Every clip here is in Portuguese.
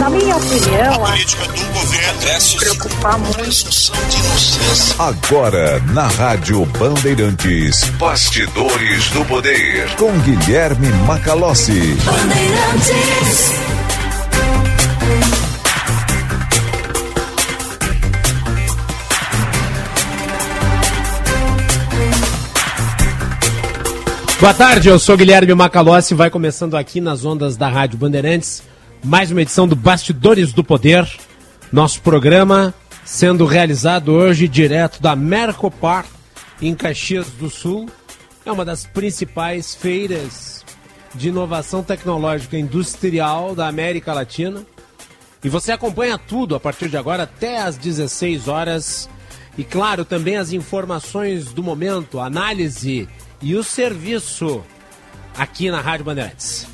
Na minha opinião, a política do governo se preocupar muito. Agora, na Rádio Bandeirantes, Bastidores do Poder, com Guilherme Macalossi. Bandeirantes. Boa tarde, eu sou Guilherme Macalossi, vai começando aqui nas ondas da Rádio Bandeirantes, mais uma edição do Bastidores do Poder, nosso programa sendo realizado hoje direto da Mercopar, em Caxias do Sul. É uma das principais feiras de inovação tecnológica industrial da América Latina. E você acompanha tudo a partir de agora até às 16 horas. E claro, também as informações do momento, a análise e o serviço aqui na Rádio Bandeirantes.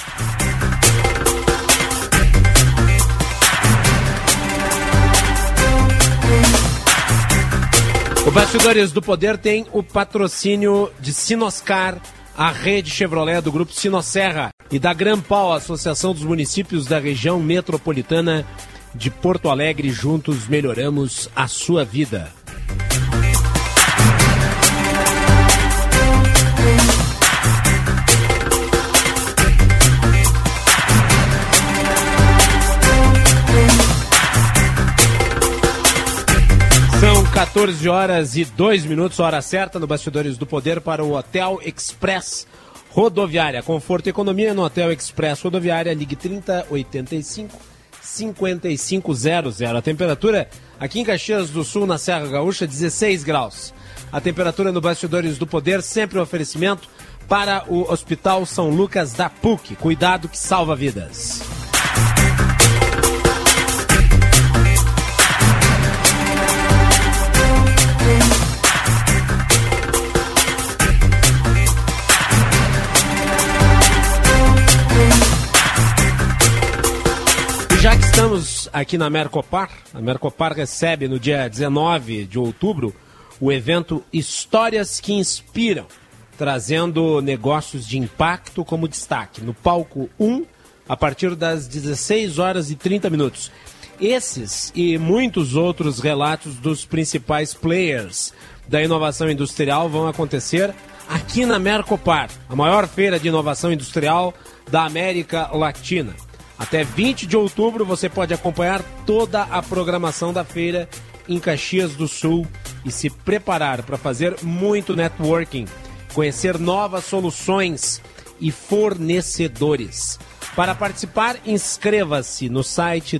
O Bastidores do Poder tem o patrocínio de Sinoscar, a rede Chevrolet do Grupo Sinosserra, e da Grampal, a Associação dos Municípios da Região Metropolitana de Porto Alegre. Juntos melhoramos a sua vida. São 14 horas e 2 minutos, hora certa no Bastidores do Poder para o Hotel Express Rodoviária. Conforto e economia no Hotel Express Rodoviária, ligue 3085-5500. A temperatura aqui em Caxias do Sul, na Serra Gaúcha, 16 graus. A temperatura no Bastidores do Poder, sempre um oferecimento para o Hospital São Lucas da PUC. Cuidado que salva vidas. Já que estamos aqui na Mercopar, a Mercopar recebe no dia 19 de outubro o evento Histórias que Inspiram, trazendo negócios de impacto como destaque. No palco 1, a partir das 16 horas e 30 minutos. Esses e muitos outros relatos dos principais players da inovação industrial vão acontecer aqui na Mercopar, a maior feira de inovação industrial da América Latina. Até 20 de outubro você pode acompanhar toda a programação da feira em Caxias do Sul e se preparar para fazer muito networking, conhecer novas soluções e fornecedores. Para participar, inscreva-se no site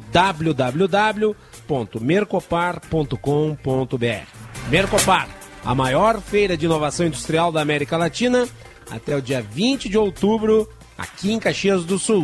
www.mercopar.com.br. Mercopar, a maior feira de inovação industrial da América Latina, até o dia 20 de outubro, aqui em Caxias do Sul.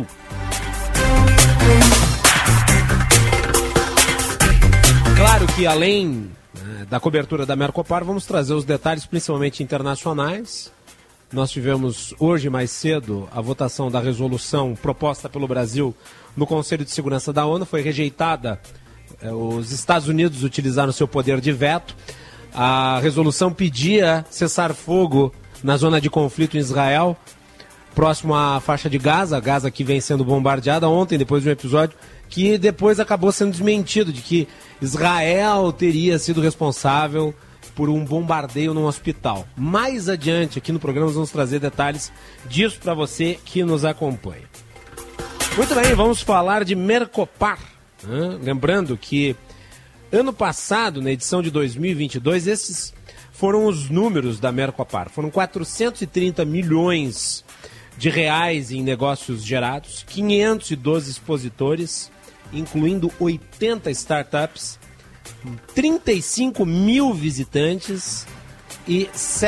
Claro que além da cobertura da Mercopar, vamos trazer os detalhes principalmente internacionais. Nós tivemos hoje mais cedo a votação da resolução proposta pelo Brasil no Conselho de Segurança da ONU. Foi rejeitada, os Estados Unidos utilizaram seu poder de veto. A resolução pedia cessar fogo na zona de conflito em Israel, próximo à faixa de Gaza, Gaza que vem sendo bombardeada ontem, depois de um episódio que depois acabou sendo desmentido, de que Israel teria sido responsável por um bombardeio num hospital. Mais adiante aqui no programa nós vamos trazer detalhes disso para você que nos acompanha. Muito bem, vamos falar de Mercopar. Lembrando que ano passado, na edição de 2022, esses foram os números da Mercopar. Foram 430 milhões de reais em negócios gerados, 512 expositores, incluindo 80 startups, 35 mil visitantes e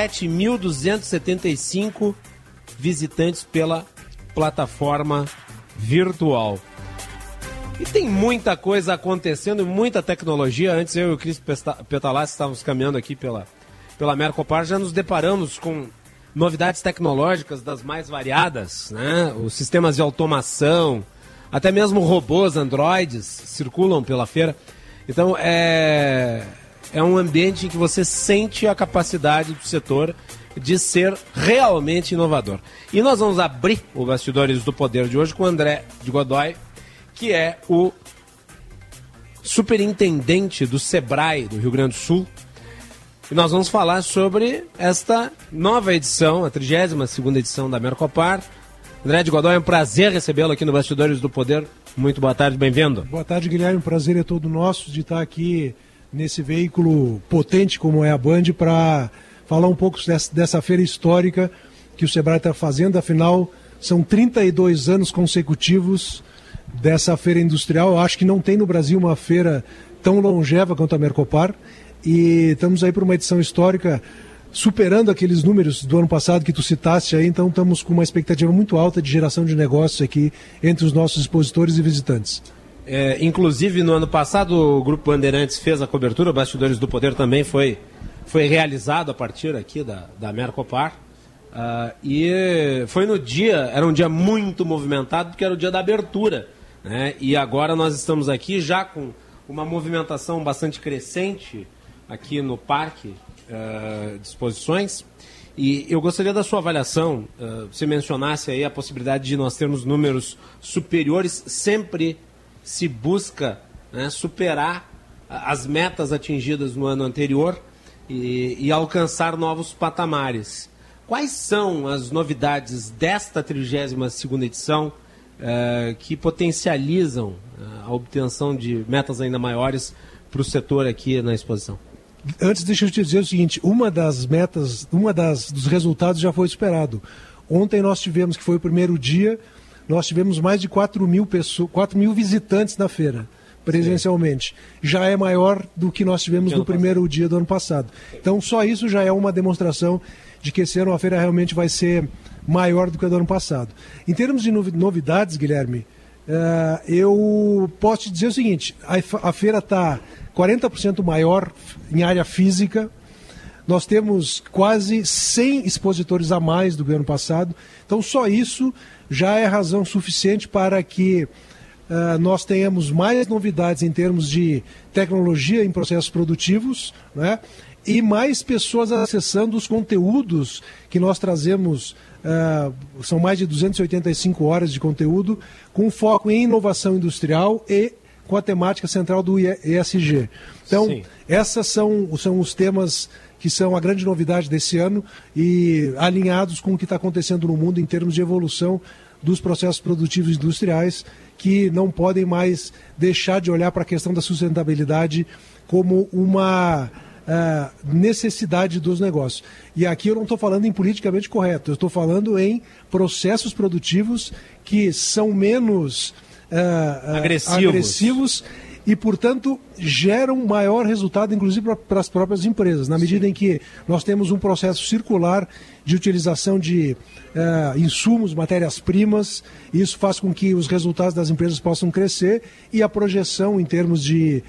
7.275 visitantes pela plataforma virtual. E tem muita coisa acontecendo, muita tecnologia. Antes eu e o Cris Petalassi estávamos caminhando aqui pela Mercopar, já nos deparamos com novidades tecnológicas das mais variadas, né? Os sistemas de automação, até mesmo robôs, androides, circulam pela feira. Então é um ambiente em que você sente a capacidade do setor de ser realmente inovador. E nós vamos abrir o Bastidores do Poder de hoje com o André de Godoy, que é o superintendente do Sebrae do Rio Grande do Sul. E nós vamos falar sobre esta nova edição, a 32ª edição da Mercopar. André de Godoy, é um prazer recebê-lo aqui no Bastidores do Poder. Muito boa tarde, bem-vindo. Boa tarde, Guilherme. O prazer é todo nosso de estar aqui nesse veículo potente como é a Band para falar um pouco dessa feira histórica que o Sebrae está fazendo. Afinal, são 32 anos consecutivos dessa feira industrial. Eu acho que não tem no Brasil uma feira tão longeva quanto a Mercopar. E estamos aí por uma edição histórica, superando aqueles números do ano passado que tu citaste aí, então estamos com uma expectativa muito alta de geração de negócios aqui entre os nossos expositores e visitantes. Inclusive, no ano passado, o Grupo Bandeirantes fez a cobertura, o Bastidores do Poder também foi realizado a partir aqui da Mercopar, e foi no dia, era um dia muito movimentado, porque era o dia da abertura, né? E agora nós estamos aqui já com uma movimentação bastante crescente aqui no Parque de Exposições, e eu gostaria da sua avaliação, você mencionasse aí a possibilidade de nós termos números superiores, sempre se busca, né, superar as metas atingidas no ano anterior e alcançar novos patamares. Quais são as novidades desta 32ª edição que potencializam a obtenção de metas ainda maiores para o setor aqui na exposição? Antes, deixa eu te dizer o seguinte, uma das metas, dos resultados já foi superado. Ontem nós tivemos, que foi o primeiro dia, nós tivemos mais de 4 mil visitantes na feira, presencialmente. Sim. Já é maior do que nós tivemos no primeiro dia do ano passado. Então, só isso já é uma demonstração de que esse ano a feira realmente vai ser maior do que a do ano passado. Em termos de novidades, Guilherme, eu posso te dizer o seguinte, a feira está 40% maior em área física, nós temos quase 100 expositores a mais do que o ano passado, então só isso já é razão suficiente para que nós tenhamos mais novidades em termos de tecnologia em processos produtivos, né? E mais pessoas acessando os conteúdos que nós trazemos, são mais de 285 horas de conteúdo, com foco em inovação industrial e com a temática central do ESG. Então, sim, esses são os temas que são a grande novidade desse ano e alinhados com o que está acontecendo no mundo em termos de evolução dos processos produtivos industriais, que não podem mais deixar de olhar para a questão da sustentabilidade como uma necessidade dos negócios. E aqui eu não estou falando em politicamente correto, eu estou falando em processos produtivos que são menos agressivos e, portanto, geram maior resultado, inclusive para as próprias empresas, na medida em que nós temos um processo circular de utilização de insumos, matérias-primas, e isso faz com que os resultados das empresas possam crescer e a projeção em termos de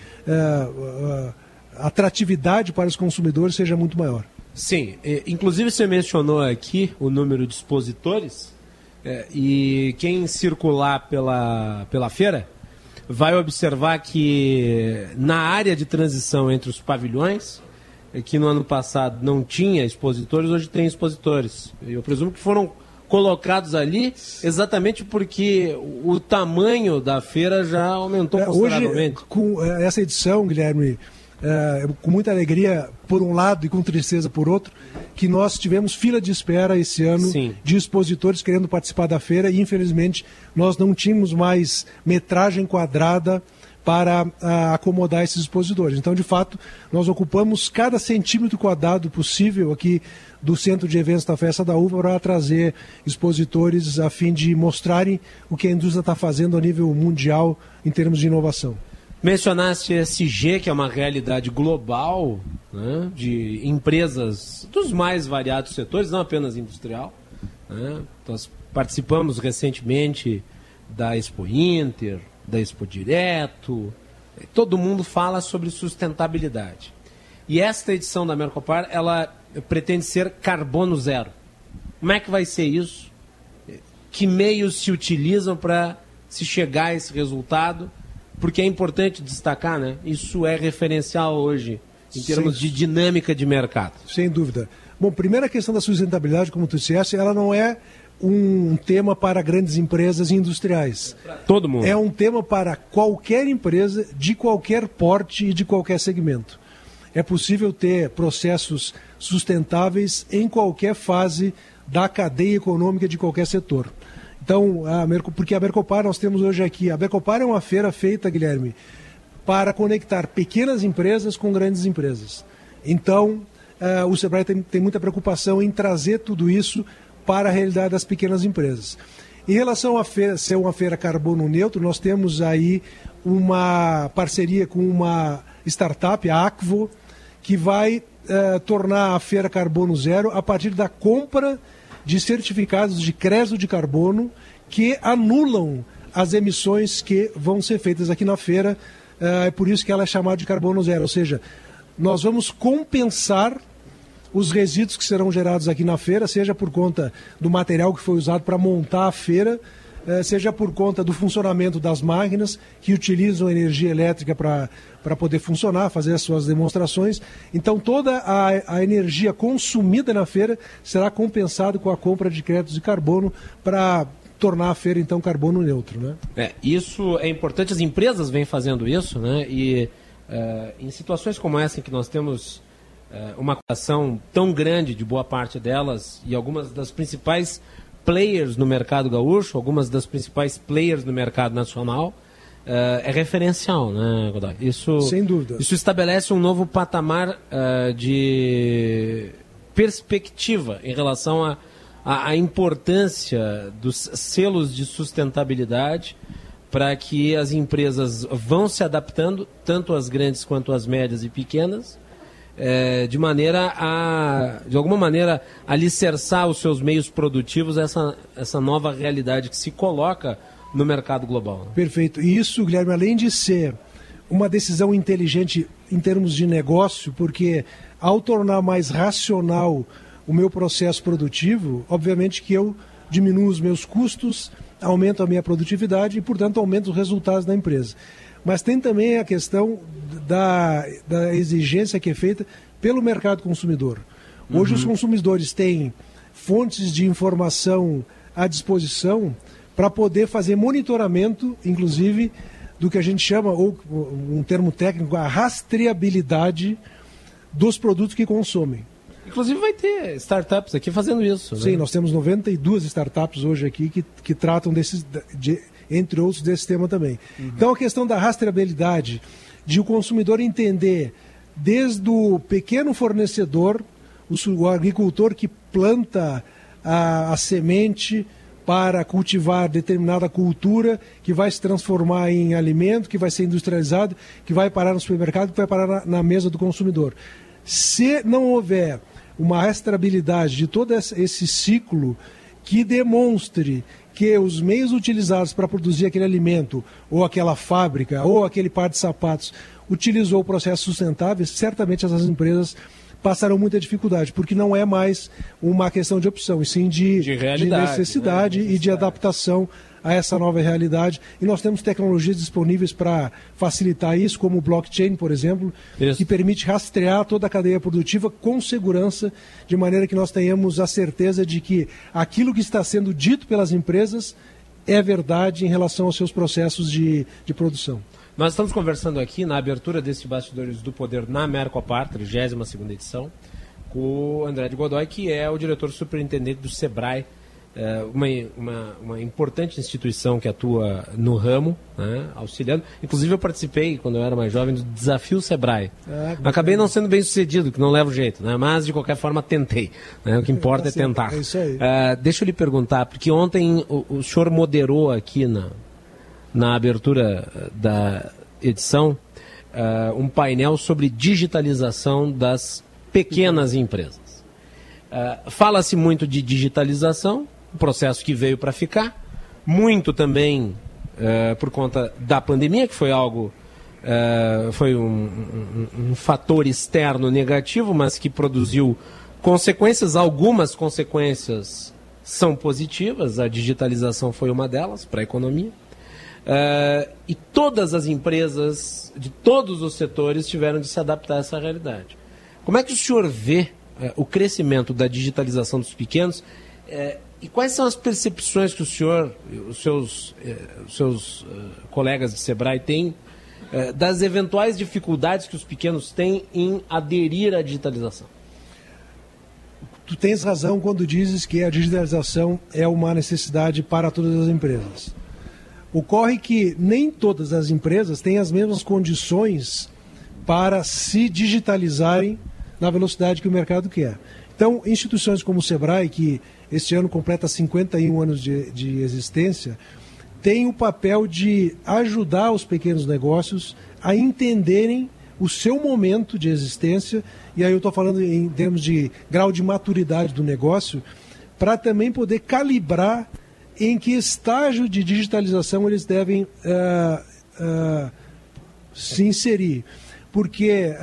atratividade para os consumidores seja muito maior. Sim, inclusive você mencionou aqui o número de expositores, e quem circular pela feira vai observar que na área de transição entre os pavilhões, que no ano passado não tinha expositores, hoje tem expositores. Eu presumo que foram colocados ali exatamente porque o tamanho da feira já aumentou consideravelmente. Hoje, com essa edição, Guilherme, com muita alegria por um lado e com tristeza por outro, que nós tivemos fila de espera esse ano. Sim, de expositores querendo participar da feira e infelizmente nós não tínhamos mais metragem quadrada para acomodar esses expositores. Então, de fato, nós ocupamos cada centímetro quadrado possível aqui do centro de eventos da Festa da Uva para trazer expositores a fim de mostrarem o que a indústria está fazendo a nível mundial em termos de inovação. Mencionaste ESG, que é uma realidade global, né, de empresas dos mais variados setores, não apenas industrial, né? Nós participamos recentemente da Expo Inter, da Expo Direto, todo mundo fala sobre sustentabilidade. E esta edição da Mercopar, ela pretende ser carbono zero. Como é que vai ser isso? Que meios se utilizam para se chegar a esse resultado? Porque é importante destacar, né? Isso é referencial hoje, em termos de dinâmica de mercado. Sem dúvida. Bom, primeira questão da sustentabilidade, como tu disseste, ela não é um tema para grandes empresas industriais. Todo mundo. É um tema para qualquer empresa, de qualquer porte e de qualquer segmento. É possível ter processos sustentáveis em qualquer fase da cadeia econômica de qualquer setor. Então, porque a Mercopar, nós temos hoje aqui, a Mercopar é uma feira feita, Guilherme, para conectar pequenas empresas com grandes empresas. Então, o Sebrae tem muita preocupação em trazer tudo isso para a realidade das pequenas empresas. Em relação à feira ser uma feira carbono neutro, nós temos aí uma parceria com uma startup, a Acvo, que vai tornar a feira carbono zero a partir da compra de certificados de crédito de carbono que anulam as emissões que vão ser feitas aqui na feira. É por isso que ela é chamada de carbono zero, ou seja, nós vamos compensar os resíduos que serão gerados aqui na feira, seja por conta do material que foi usado para montar a feira, seja por conta do funcionamento das máquinas que utilizam energia elétrica para poder funcionar, fazer as suas demonstrações. Então toda a energia consumida na feira será compensada com a compra de créditos de carbono para tornar a feira então carbono neutro, né? Isso é importante, as empresas vêm fazendo isso, né? E em situações como essa em que nós temos uma cotação tão grande de boa parte delas e algumas das principais players no mercado gaúcho, algumas das principais players no mercado nacional, é referencial, né, Godoy? Isso, sem dúvida. Isso estabelece um novo patamar de perspectiva em relação à importância dos selos de sustentabilidade para que as empresas vão se adaptando, tanto as grandes quanto as médias e pequenas, de alguma maneira, alicerçar os seus meios produtivos essa nova realidade que se coloca no mercado global. Perfeito. E isso, Guilherme, além de ser uma decisão inteligente em termos de negócio, porque ao tornar mais racional o meu processo produtivo, obviamente que eu diminuo os meus custos, aumento a minha produtividade e, portanto, aumento os resultados da empresa. Mas tem também a questão da exigência que é feita pelo mercado consumidor. Hoje os consumidores têm fontes de informação à disposição para poder fazer monitoramento, inclusive, do que a gente chama, ou um termo técnico, a rastreabilidade dos produtos que consomem. Inclusive vai ter startups aqui fazendo isso. Sim, né? Nós temos 92 startups hoje aqui que tratam entre outros, desse tema também. Então, a questão da rastreabilidade, de o consumidor entender, desde o pequeno fornecedor, o agricultor que planta a semente para cultivar determinada cultura, que vai se transformar em alimento, que vai ser industrializado, que vai parar no supermercado, que vai parar na mesa do consumidor. Se não houver uma rastreabilidade de todo esse ciclo que demonstre que os meios utilizados para produzir aquele alimento, ou aquela fábrica, ou aquele par de sapatos, utilizou processos sustentáveis, certamente essas empresas passarão muita dificuldade, porque não é mais uma questão de opção, e sim de necessidade, né? E de adaptação a essa nova realidade. E nós temos tecnologias disponíveis para facilitar isso, como o blockchain, por exemplo, que permite rastrear toda a cadeia produtiva com segurança, de maneira que nós tenhamos a certeza de que aquilo que está sendo dito pelas empresas é verdade em relação aos seus processos de produção. Nós estamos conversando aqui na abertura desse Bastidores do Poder na Mercopar, 32ª edição, com o André de Godoy, que é o diretor superintendente do Sebrae, uma importante instituição que atua no ramo, né, auxiliando. Inclusive eu participei, quando eu era mais jovem, do Desafio Sebrae. Acabei não sendo bem sucedido, que não leva jeito, né, mas de qualquer forma tentei. Né, o que importa é tentar. É isso aí. Deixa eu lhe perguntar, porque ontem o senhor moderou aqui na abertura da edição um painel sobre digitalização das pequenas empresas. Fala-se muito de digitalização, um processo que veio para ficar, muito também por conta da pandemia, que foi algo, foi um fator externo negativo, mas que produziu consequências. Algumas consequências são positivas, a digitalização foi uma delas para a economia. E todas as empresas de todos os setores tiveram de se adaptar a essa realidade. Como é que o senhor vê o crescimento da digitalização dos pequenos E quais são as percepções que o senhor, os seus colegas de Sebrae têm das eventuais dificuldades que os pequenos têm em aderir à digitalização? Tu tens razão quando dizes que a digitalização é uma necessidade para todas as empresas. Ocorre que nem todas as empresas têm as mesmas condições para se digitalizarem na velocidade que o mercado quer. Então, instituições como o Sebrae, que este ano completa 51 anos de existência, têm o papel de ajudar os pequenos negócios a entenderem o seu momento de existência, e aí eu estou falando em termos de grau de maturidade do negócio, para também poder calibrar em que estágio de digitalização eles devem se inserir. Porque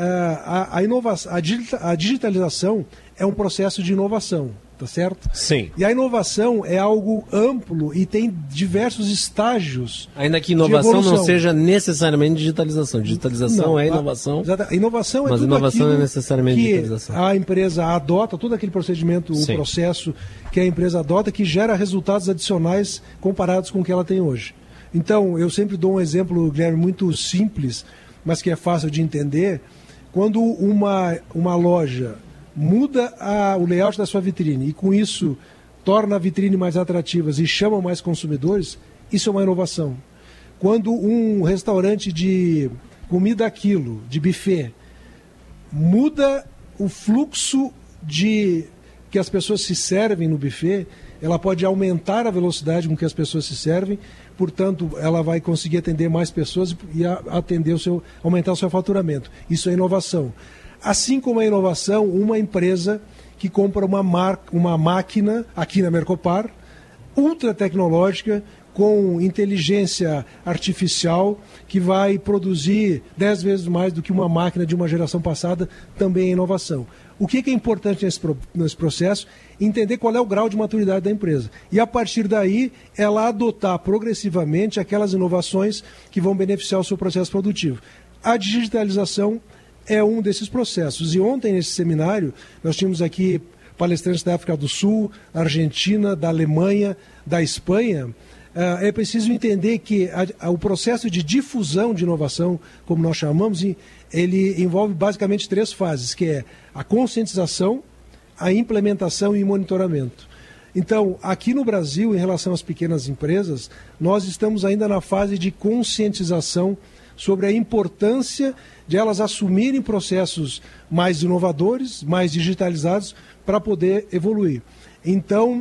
a digitalização é um processo de inovação, tá certo? Sim. E a inovação é algo amplo e tem diversos estágios. Ainda que inovação não seja necessariamente digitalização. Digitalização não, é inovação. A inovação é mas tudo inovação aquilo é necessariamente que digitalização. A empresa adota, todo aquele procedimento, o processo que a empresa adota, que gera resultados adicionais comparados com o que ela tem hoje. Então, eu sempre dou um exemplo, Guilherme, muito simples, mas que é fácil de entender. Quando uma loja muda o layout da sua vitrine e com isso torna a vitrine mais atrativa e chama mais consumidores, isso é uma inovação. Quando um restaurante de comida a quilo, de buffet, muda o fluxo que as pessoas se servem no buffet, ela pode aumentar a velocidade com que as pessoas se servem, portanto, ela vai conseguir atender mais pessoas e aumentar o seu faturamento. Isso é inovação. Assim como a inovação, uma empresa que compra uma máquina, aqui na Mercopar, ultra tecnológica, com inteligência artificial, que vai produzir 10 vezes mais do que uma máquina de uma geração passada, também é inovação. O que é importante nesse processo? Entender qual é o grau de maturidade da empresa. E, a partir daí, ela adotar progressivamente aquelas inovações que vão beneficiar o seu processo produtivo. A digitalização é um desses processos. E ontem, nesse seminário, nós tínhamos aqui palestrantes da África do Sul, Argentina, da Alemanha, da Espanha. É preciso entender que o processo de difusão de inovação, como nós chamamos, ele envolve basicamente 3 fases, que é a conscientização, a implementação e o monitoramento. Então, aqui no Brasil, em relação às pequenas empresas, nós estamos ainda na fase de conscientização sobre a importância de elas assumirem processos mais inovadores, mais digitalizados, para poder evoluir. Então,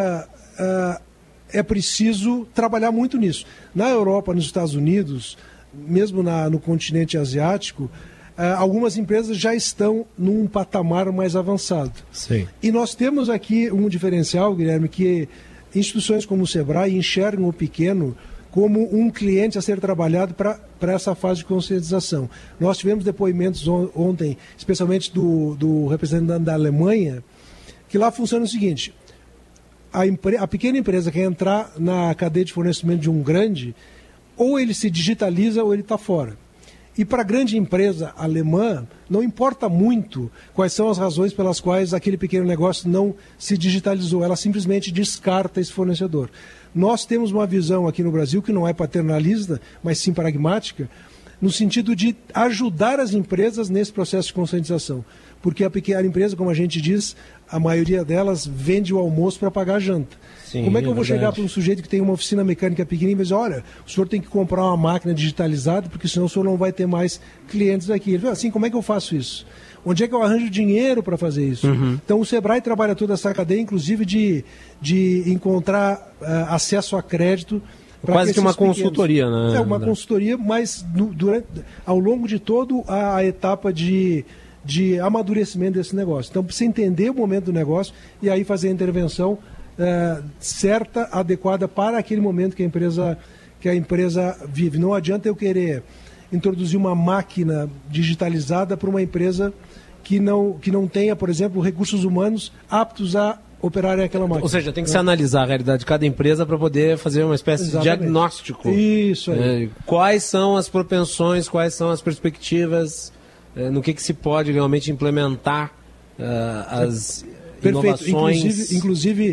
é preciso trabalhar muito nisso. Na Europa, nos Estados Unidos, mesmo no continente asiático, algumas empresas já estão num patamar mais avançado. Sim. E nós temos aqui um diferencial, Guilherme, que instituições como o Sebrae enxergam o pequeno como um cliente a ser trabalhado para essa fase de conscientização. Nós tivemos depoimentos ontem, especialmente do representante da Alemanha, que lá funciona o seguinte: a pequena empresa quer entrar na cadeia de fornecimento de um grande, ou ele se digitaliza ou ele está fora. E para a grande empresa alemã, não importa muito quais são as razões pelas quais aquele pequeno negócio não se digitalizou, ela simplesmente descarta esse fornecedor. Nós temos uma visão aqui no Brasil que não é paternalista, mas sim pragmática, no sentido de ajudar as empresas nesse processo de conscientização. Porque a pequena empresa, como a gente diz, a maioria delas vende o almoço para pagar a janta. Sim, como é que eu vou chegar para um sujeito que tem uma oficina mecânica pequenininha e dizer, olha, o senhor tem que comprar uma máquina digitalizada, porque senão o senhor não vai ter mais clientes aqui. Ele fala assim, como é que eu faço isso? Onde é que eu arranjo dinheiro para fazer isso? Uhum. Então o Sebrae trabalha toda essa cadeia, inclusive de encontrar acesso a crédito. Quase que uma consultoria, né? É uma consultoria, mas ao longo de toda a etapa de amadurecimento desse negócio. Então, precisa entender o momento do negócio e aí fazer a intervenção certa, adequada para aquele momento que a empresa vive. Não adianta eu querer introduzir uma máquina digitalizada para uma empresa que não tenha, por exemplo, recursos humanos aptos a operarem aquela máquina. Ou seja, tem que se analisar a realidade de cada empresa para poder fazer uma espécie de diagnóstico. Isso aí. Quais são as propensões, quais são as perspectivas, no que se pode realmente implementar as inovações. Inclusive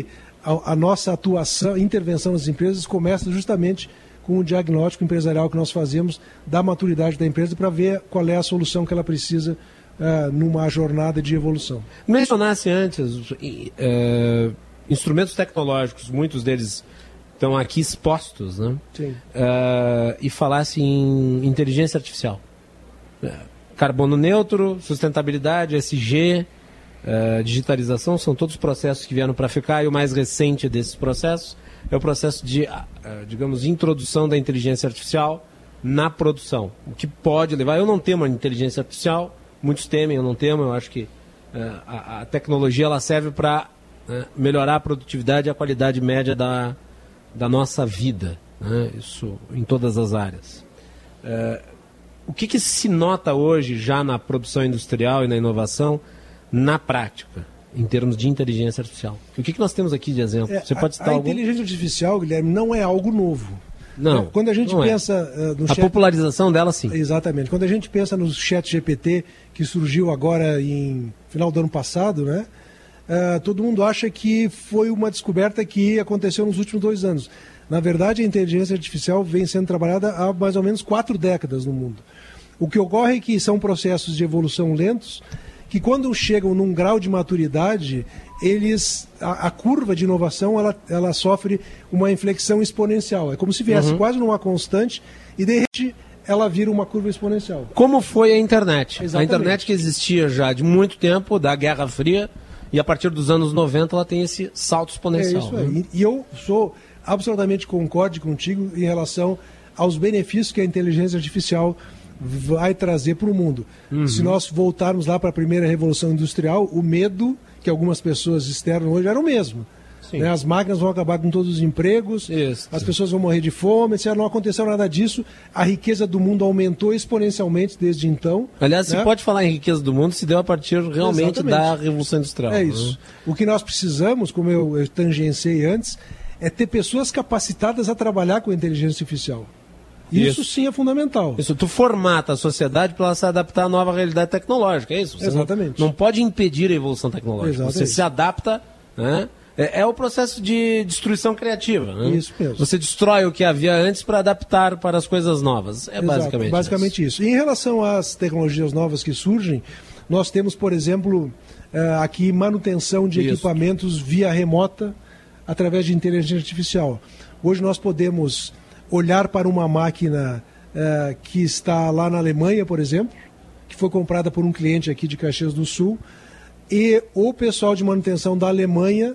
a nossa atuação, intervenção nas empresas começa justamente com o diagnóstico empresarial que nós fazemos da maturidade da empresa para ver qual é a solução que ela precisa numa jornada de evolução. Mencionasse antes instrumentos tecnológicos, muitos deles estão aqui expostos, né? Sim. E falasse em inteligência artificial. Carbono neutro, sustentabilidade, ESG, digitalização, são todos processos que vieram para ficar, e o mais recente desses processos é o processo de, digamos, introdução da inteligência artificial na produção. O que pode levar... Eu não temo a inteligência artificial, muitos temem, eu não temo, eu acho que a tecnologia ela serve para melhorar a produtividade e a qualidade média da nossa vida, né? Isso em todas as áreas. O que se nota hoje já na produção industrial e na inovação, na prática, em termos de inteligência artificial? O que nós temos aqui de exemplo? Você pode citar algum? A inteligência artificial, Guilherme, não é algo novo. Não. Quando a gente pensa no chat... popularização dela, sim. Exatamente. Quando a gente pensa no chat GPT, que surgiu agora em final do ano passado, né? Todo mundo acha que foi uma descoberta que aconteceu nos últimos 2 anos. Na verdade, a inteligência artificial vem sendo trabalhada há mais ou menos 4 décadas no mundo. O que ocorre é que são processos de evolução lentos, que quando chegam num grau de maturidade, a curva de inovação ela sofre uma inflexão exponencial. É como se viesse quase numa constante e de repente ela vira uma curva exponencial. Como foi a internet? Exatamente. A internet que existia já de muito tempo, da Guerra Fria, e a partir dos anos 90 ela tem esse salto exponencial. É isso aí. E eu sou absolutamente concorde contigo em relação aos benefícios que a inteligência artificial vai trazer para o mundo. Se nós voltarmos lá para a primeira revolução industrial, o medo que algumas pessoas externam hoje era o mesmo. Né? As máquinas vão acabar com todos os empregos, as pessoas vão morrer de fome, não aconteceu nada disso, a riqueza do mundo aumentou exponencialmente desde então. Aliás, né? se pode falar em riqueza do mundo, se deu a partir realmente da revolução industrial. É isso. Né? O que nós precisamos, como eu tangenciei antes, é ter pessoas capacitadas a trabalhar com a inteligência artificial. Isso sim é fundamental. Isso, tu formata a sociedade para ela se adaptar à nova realidade tecnológica, é isso? Você Exatamente. Não pode impedir a evolução tecnológica. Exatamente. Você se adapta, né? É o processo de destruição criativa. Né? Isso mesmo. Você destrói o que havia antes para adaptar para as coisas novas. É basicamente isso. E em relação às tecnologias novas que surgem, nós temos, por exemplo, aqui manutenção de equipamentos via remota através de inteligência artificial. Hoje nós podemos olhar para uma máquina que está lá na Alemanha, por exemplo, que foi comprada por um cliente aqui de Caxias do Sul, e o pessoal de manutenção da Alemanha,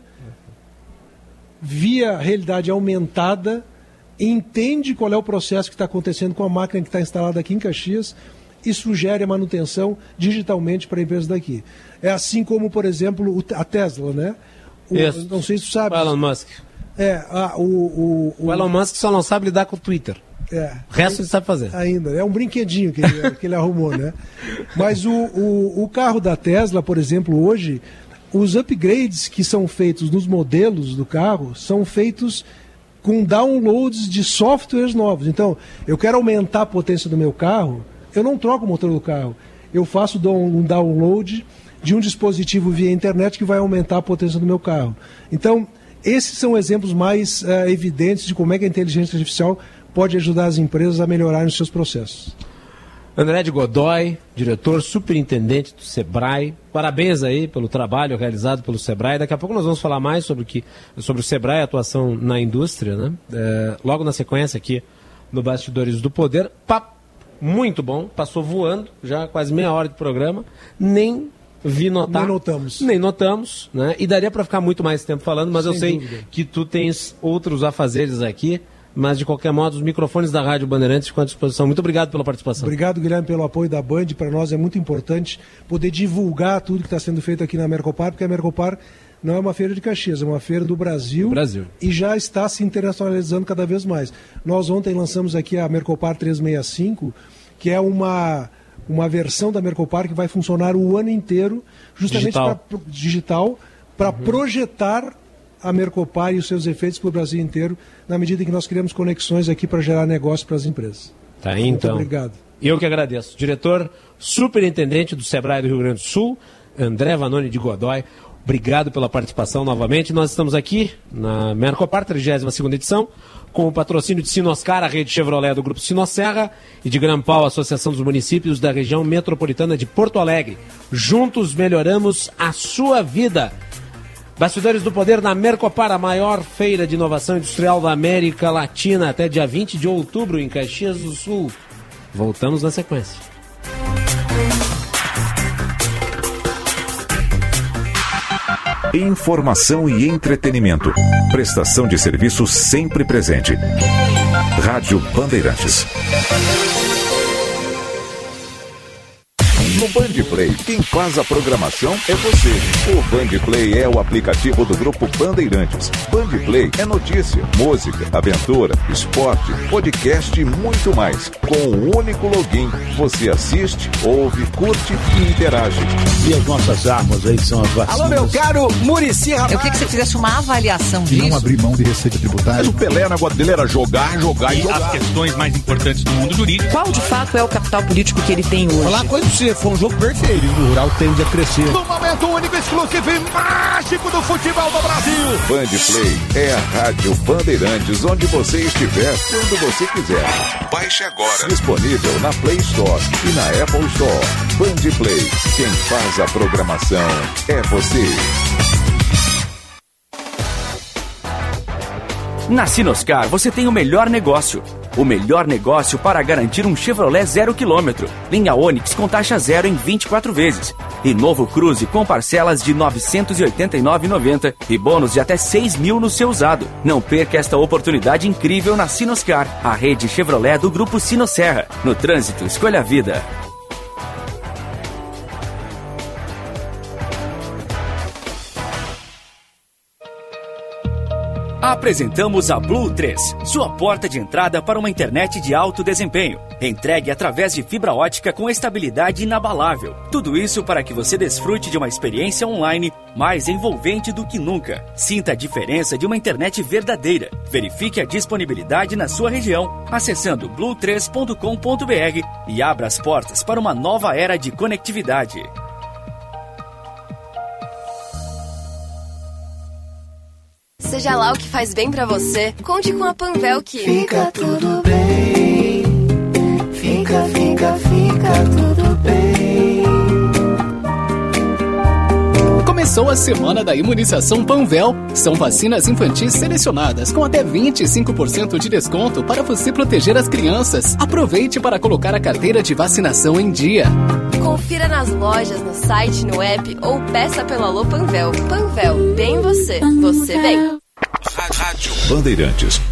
via realidade aumentada, entende qual é o processo que está acontecendo com a máquina que está instalada aqui em Caxias e sugere a manutenção digitalmente para a empresa daqui. É assim como, por exemplo, a Tesla, né? Não sei se tu sabe. O Elon Musk. O Elon Musk só não sabe lidar com o Twitter. O resto ele sabe fazer. Ainda. É um brinquedinho que ele arrumou, né? Mas o carro da Tesla, por exemplo, hoje, os upgrades que são feitos nos modelos do carro são feitos com downloads de softwares novos. Então, eu quero aumentar a potência do meu carro, eu não troco o motor do carro. Eu faço um download de um dispositivo via internet que vai aumentar a potência do meu carro. Então, esses são exemplos mais evidentes de como é que a inteligência artificial pode ajudar as empresas a melhorarem os seus processos. André de Godoy, diretor superintendente do Sebrae. Parabéns aí pelo trabalho realizado pelo Sebrae. Daqui a pouco nós vamos falar mais sobre o Sebrae, a atuação na indústria, né? Logo na sequência aqui no Bastidores do Poder. Papo muito bom, passou voando, já quase meia hora de programa. Nem vi notar. Nem notamos, né? E daria para ficar muito mais tempo falando, mas eu sei que tu tens outros afazeres aqui. Mas, de qualquer modo, os microfones da Rádio Bandeirantes ficam à disposição. Muito obrigado pela participação. Obrigado, Guilherme, pelo apoio da Band. Para nós é muito importante poder divulgar tudo que está sendo feito aqui na Mercopar, porque a Mercopar não é uma feira de Caxias, é uma feira do Brasil. E já está se internacionalizando cada vez mais. Nós ontem lançamos aqui a Mercopar 365, que é uma versão da Mercopar que vai funcionar o ano inteiro, justamente para projetar a Mercopar e os seus efeitos para o Brasil inteiro, na medida em que nós criamos conexões aqui para gerar negócio para as empresas. Tá aí, então. Muito obrigado. Eu que agradeço. Diretor superintendente do Sebrae do Rio Grande do Sul, André Vanoni de Godoy. Obrigado pela participação novamente. Nós estamos aqui na Mercopar, 32ª edição, com o patrocínio de Sinoscar, a rede Chevrolet do Grupo Sinosserra, e de Grampal, a Associação dos Municípios da Região Metropolitana de Porto Alegre. Juntos melhoramos a sua vida. Bastidores do Poder na Mercopar, a maior feira de inovação industrial da América Latina, até dia 20 de outubro em Caxias do Sul. Voltamos na sequência. Informação e entretenimento. Prestação de serviço sempre presente. Rádio Bandeirantes. No Band Play, quem faz a programação é você. O Band Play é o aplicativo do Grupo Bandeirantes. Band Play é notícia, música, aventura, esporte, podcast e muito mais. Com um único login, você assiste, ouve, curte e interage. E as nossas armas aí são as vacinas. Alô, meu caro Muricy Ramalho. Eu queria que você fizesse uma avaliação disso. Não abrir mão de receita tributária. Mas o Pelé, o negócio dele era jogar e jogar. As questões mais importantes do mundo jurídico. Qual de fato é o capital político que ele tem hoje? Falar uma coisa pra você, foi um jogo perfeito. O rural tende a crescer. No momento único, exclusivo e mágico do futebol do Brasil. Band Play é a Rádio Bandeirantes, onde você estiver, quando você quiser. Baixe agora. Disponível na Play Store e na Apple Store. Band Play. Quem faz a programação é você. Na Sinoscar você tem o melhor negócio. O melhor negócio para garantir um Chevrolet 0 km. Linha Onix com taxa zero em 24 vezes. E novo Cruze com parcelas de R$ 989,90 e bônus de até 6 mil no seu usado. Não perca esta oportunidade incrível na Sinoscar, a rede Chevrolet do Grupo Sinosserra. No trânsito, escolha a vida. Apresentamos a Blue 3, sua porta de entrada para uma internet de alto desempenho. Entregue através de fibra ótica com estabilidade inabalável. Tudo isso para que você desfrute de uma experiência online mais envolvente do que nunca. Sinta a diferença de uma internet verdadeira. Verifique a disponibilidade na sua região, acessando blue3.com.br e abra as portas para uma nova era de conectividade. Seja lá o que faz bem pra você, conte com a Panvel que... Fica tudo bem, fica tudo bem. Começou a semana da imunização Panvel. São vacinas infantis selecionadas com até 25% de desconto para você proteger as crianças. Aproveite para colocar a carteira de vacinação em dia. Confira nas lojas, no site, no app ou peça pelo Alô Panvel. Panvel, bem você, você bem. Rádio Bandeirantes.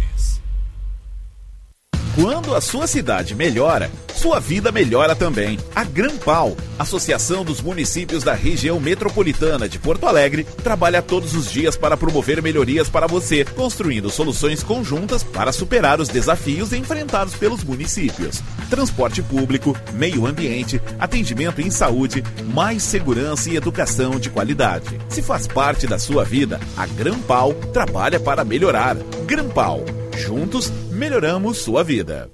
Quando a sua cidade melhora, sua vida melhora também. A Grampal, Associação dos Municípios da Região Metropolitana de Porto Alegre, trabalha todos os dias para promover melhorias para você, construindo soluções conjuntas para superar os desafios enfrentados pelos municípios. Transporte público, meio ambiente, atendimento em saúde, mais segurança e educação de qualidade. Se faz parte da sua vida, a Grampal trabalha para melhorar. Grampal. Juntos, melhoramos sua vida.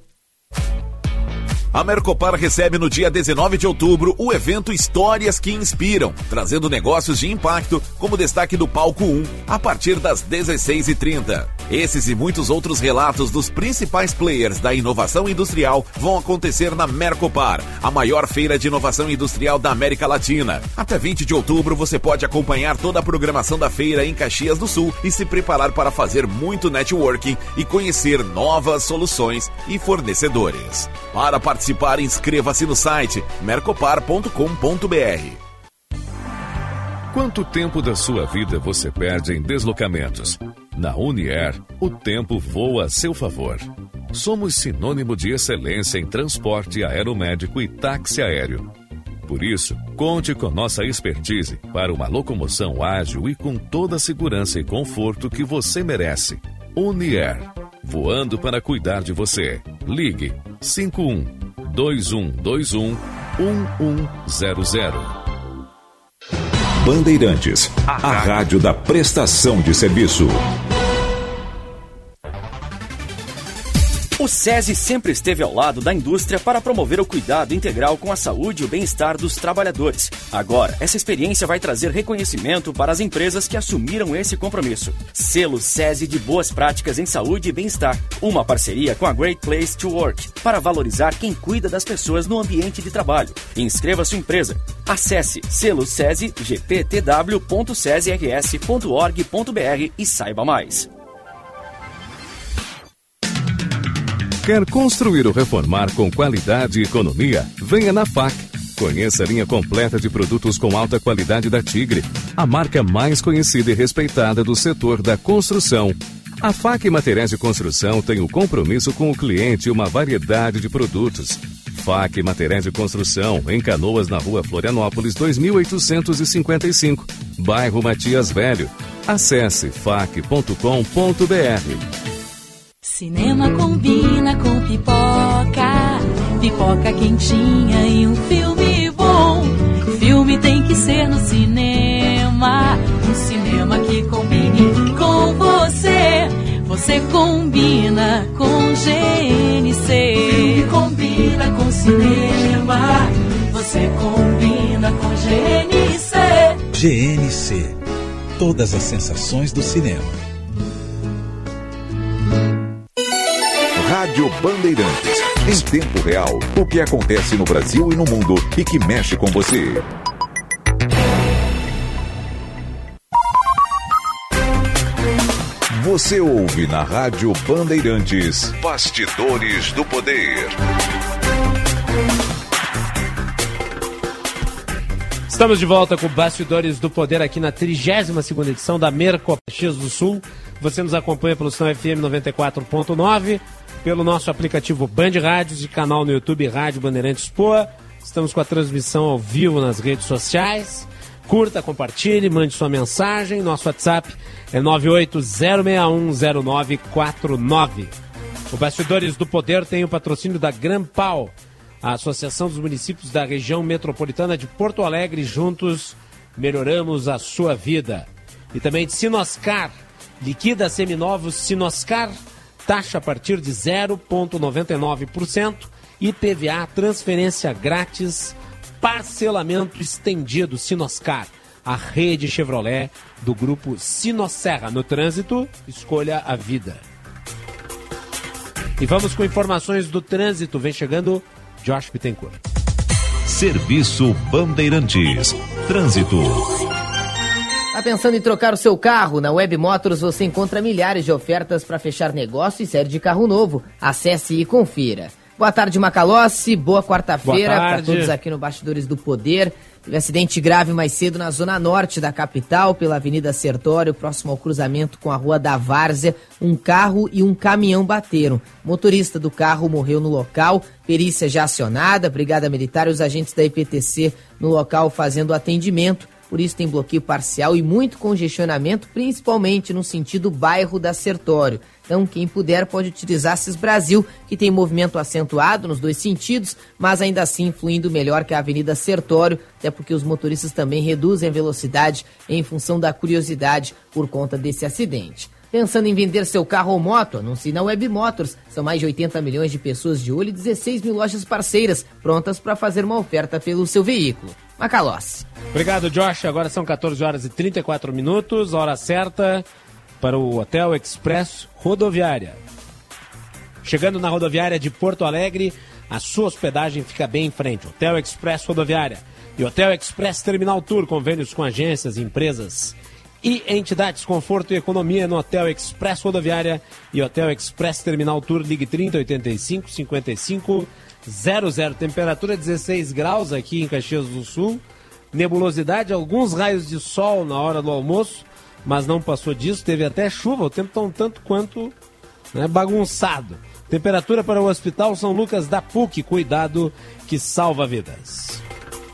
A Mercopar recebe no dia 19 de outubro o evento Histórias que Inspiram, trazendo negócios de impacto como destaque do Palco 1, a partir das 16h30. Esses e muitos outros relatos dos principais players da inovação industrial vão acontecer na Mercopar, a maior feira de inovação industrial da América Latina. Até 20 de outubro você pode acompanhar toda a programação da feira em Caxias do Sul e se preparar para fazer muito networking e conhecer novas soluções e fornecedores. Para participar, inscreva-se no site mercopar.com.br. Quanto tempo da sua vida você perde em deslocamentos? Na Unier, o tempo voa a seu favor. Somos sinônimo de excelência em transporte aeromédico e táxi aéreo. Por isso, conte com nossa expertise para uma locomoção ágil e com toda a segurança e conforto que você merece. Unier, voando para cuidar de você. Ligue 51-2121-1100. Bandeirantes, a rádio da prestação de serviço. O SESI sempre esteve ao lado da indústria para promover o cuidado integral com a saúde e o bem-estar dos trabalhadores. Agora, essa experiência vai trazer reconhecimento para as empresas que assumiram esse compromisso. Selo SESI de boas práticas em saúde e bem-estar. Uma parceria com a Great Place to Work para valorizar quem cuida das pessoas no ambiente de trabalho. Inscreva sua empresa. Acesse selo SESI gptw.sesirs.org.br e saiba mais. Quer construir ou reformar com qualidade e economia? Venha na FAC. Conheça a linha completa de produtos com alta qualidade da Tigre, a marca mais conhecida e respeitada do setor da construção. A FAC Materiais de Construção tem o compromisso com o cliente e uma variedade de produtos. FAC Materiais de Construção, em Canoas, na Rua Florianópolis, 2855, bairro Matias Velho. Acesse fac.com.br. Cinema combina com pipoca, pipoca quentinha e um filme bom. Filme tem que ser no cinema, um cinema que combine com você. Você combina com GNC. Filme combina com cinema, você combina com GNC. GNC, todas as sensações do cinema. Rádio Bandeirantes. Em tempo real, o que acontece no Brasil e no mundo e que mexe com você. Você ouve na Rádio Bandeirantes Bastidores do Poder. Estamos de volta com Bastidores do Poder aqui na 32ª edição da Merco Caxias do Sul. Você nos acompanha pelo São FM 94.9, pelo nosso aplicativo Band Rádios e canal no YouTube Rádio Bandeirantes Poa. Estamos com a transmissão ao vivo nas redes sociais. Curta, compartilhe, mande sua mensagem. Nosso WhatsApp é 980610949. O Bastidores do Poder tem o patrocínio da Grampal, a Associação dos Municípios da Região Metropolitana de Porto Alegre. Juntos melhoramos a sua vida. E também de Sinoscar. Liquida seminovos Sinoscar, taxa a partir de 0,99%, IPVA, transferência grátis, parcelamento estendido. Sinoscar, a rede Chevrolet do grupo Sinosserra. No trânsito, escolha a vida. E vamos com informações do trânsito. Vem chegando Josh Bittencourt. Serviço Bandeirantes. Trânsito. Tá pensando em trocar o seu carro? Na Web Motors você encontra milhares de ofertas para fechar negócio e série de carro novo. Acesse e confira. Boa tarde, Macalossi. Boa quarta-feira para todos aqui no Bastidores do Poder. Teve acidente grave mais cedo na zona norte da capital, pela Avenida Sertório, próximo ao cruzamento com a Rua da Várzea. Um carro e um caminhão bateram. O motorista do carro morreu no local. Perícia já acionada, Brigada Militar e os agentes da IPTC no local fazendo atendimento. Por isso tem bloqueio parcial e muito congestionamento, principalmente no sentido bairro da Sertório. Então, quem puder pode utilizar Cis Brasil, que tem movimento acentuado nos dois sentidos, mas ainda assim fluindo melhor que a Avenida Sertório, até porque os motoristas também reduzem a velocidade em função da curiosidade por conta desse acidente. Pensando em vender seu carro ou moto? Anuncie na Web Motors. São mais de 80 milhões de pessoas de olho e 16 mil lojas parceiras prontas para fazer uma oferta pelo seu veículo. Macalossi. Obrigado, Josh. Agora são 14 horas e 34 minutos, hora certa para o Hotel Express Rodoviária. Chegando na rodoviária de Porto Alegre, a sua hospedagem fica bem em frente. Hotel Express Rodoviária e Hotel Express Terminal Tour, convênios com agências, empresas e entidades. Conforto e economia no Hotel Express Rodoviária e Hotel Express Terminal Tour. Ligue 3085 5500. Temperatura 16 graus aqui em Caxias do Sul. Nebulosidade, alguns raios de sol na hora do almoço, mas não passou disso. Teve até chuva, o tempo está um tanto quanto bagunçado. Temperatura para o Hospital São Lucas da PUC. Cuidado que salva vidas.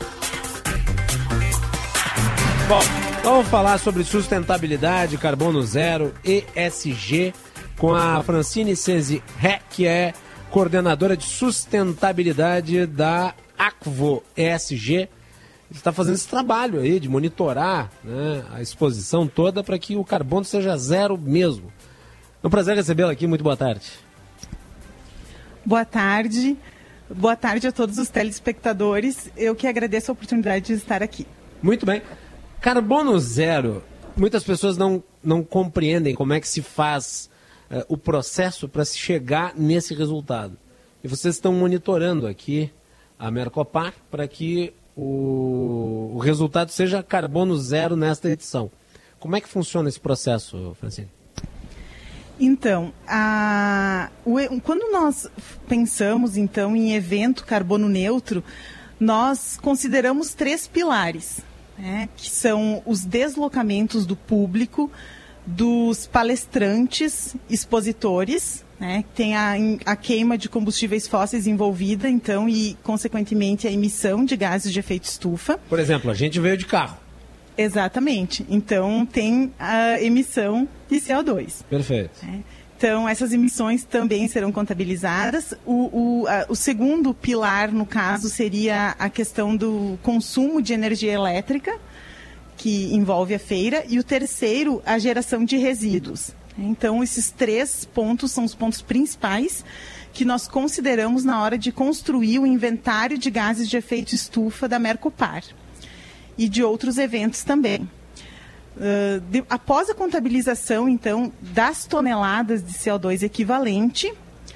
Bom, vamos falar sobre sustentabilidade, carbono zero, ESG, com a Francine Senzi Ré, que é coordenadora de sustentabilidade da Acvo ESG. Está fazendo esse trabalho aí de monitorar a exposição toda para que o carbono seja zero mesmo. É um prazer recebê-la aqui, muito boa tarde. Boa tarde. Boa tarde a todos os telespectadores. Eu que agradeço a oportunidade de estar aqui. Muito bem. Carbono zero, muitas pessoas não compreendem como é que se faz o processo para se chegar nesse resultado. E vocês estão monitorando aqui a Mercopar para que o resultado seja carbono zero nesta edição. Como é que funciona esse processo, Francine? Então, quando nós pensamos então em evento carbono neutro, nós consideramos 3 pilares, né, que são os deslocamentos do público, dos palestrantes, expositores, né, tem a queima de combustíveis fósseis envolvida, então, e consequentemente a emissão de gases de efeito estufa. Por exemplo, a gente veio de carro. Exatamente. Então, tem a emissão de CO2. Perfeito. Então, essas emissões também serão contabilizadas. O segundo pilar, no caso, seria a questão do consumo de energia elétrica, que envolve a feira. E o terceiro, a geração de resíduos. Então, esses 3 pontos são os pontos principais que nós consideramos na hora de construir o inventário de gases de efeito estufa da Mercopar. E de outros eventos também. Após a contabilização, então, das toneladas de CO2 equivalente,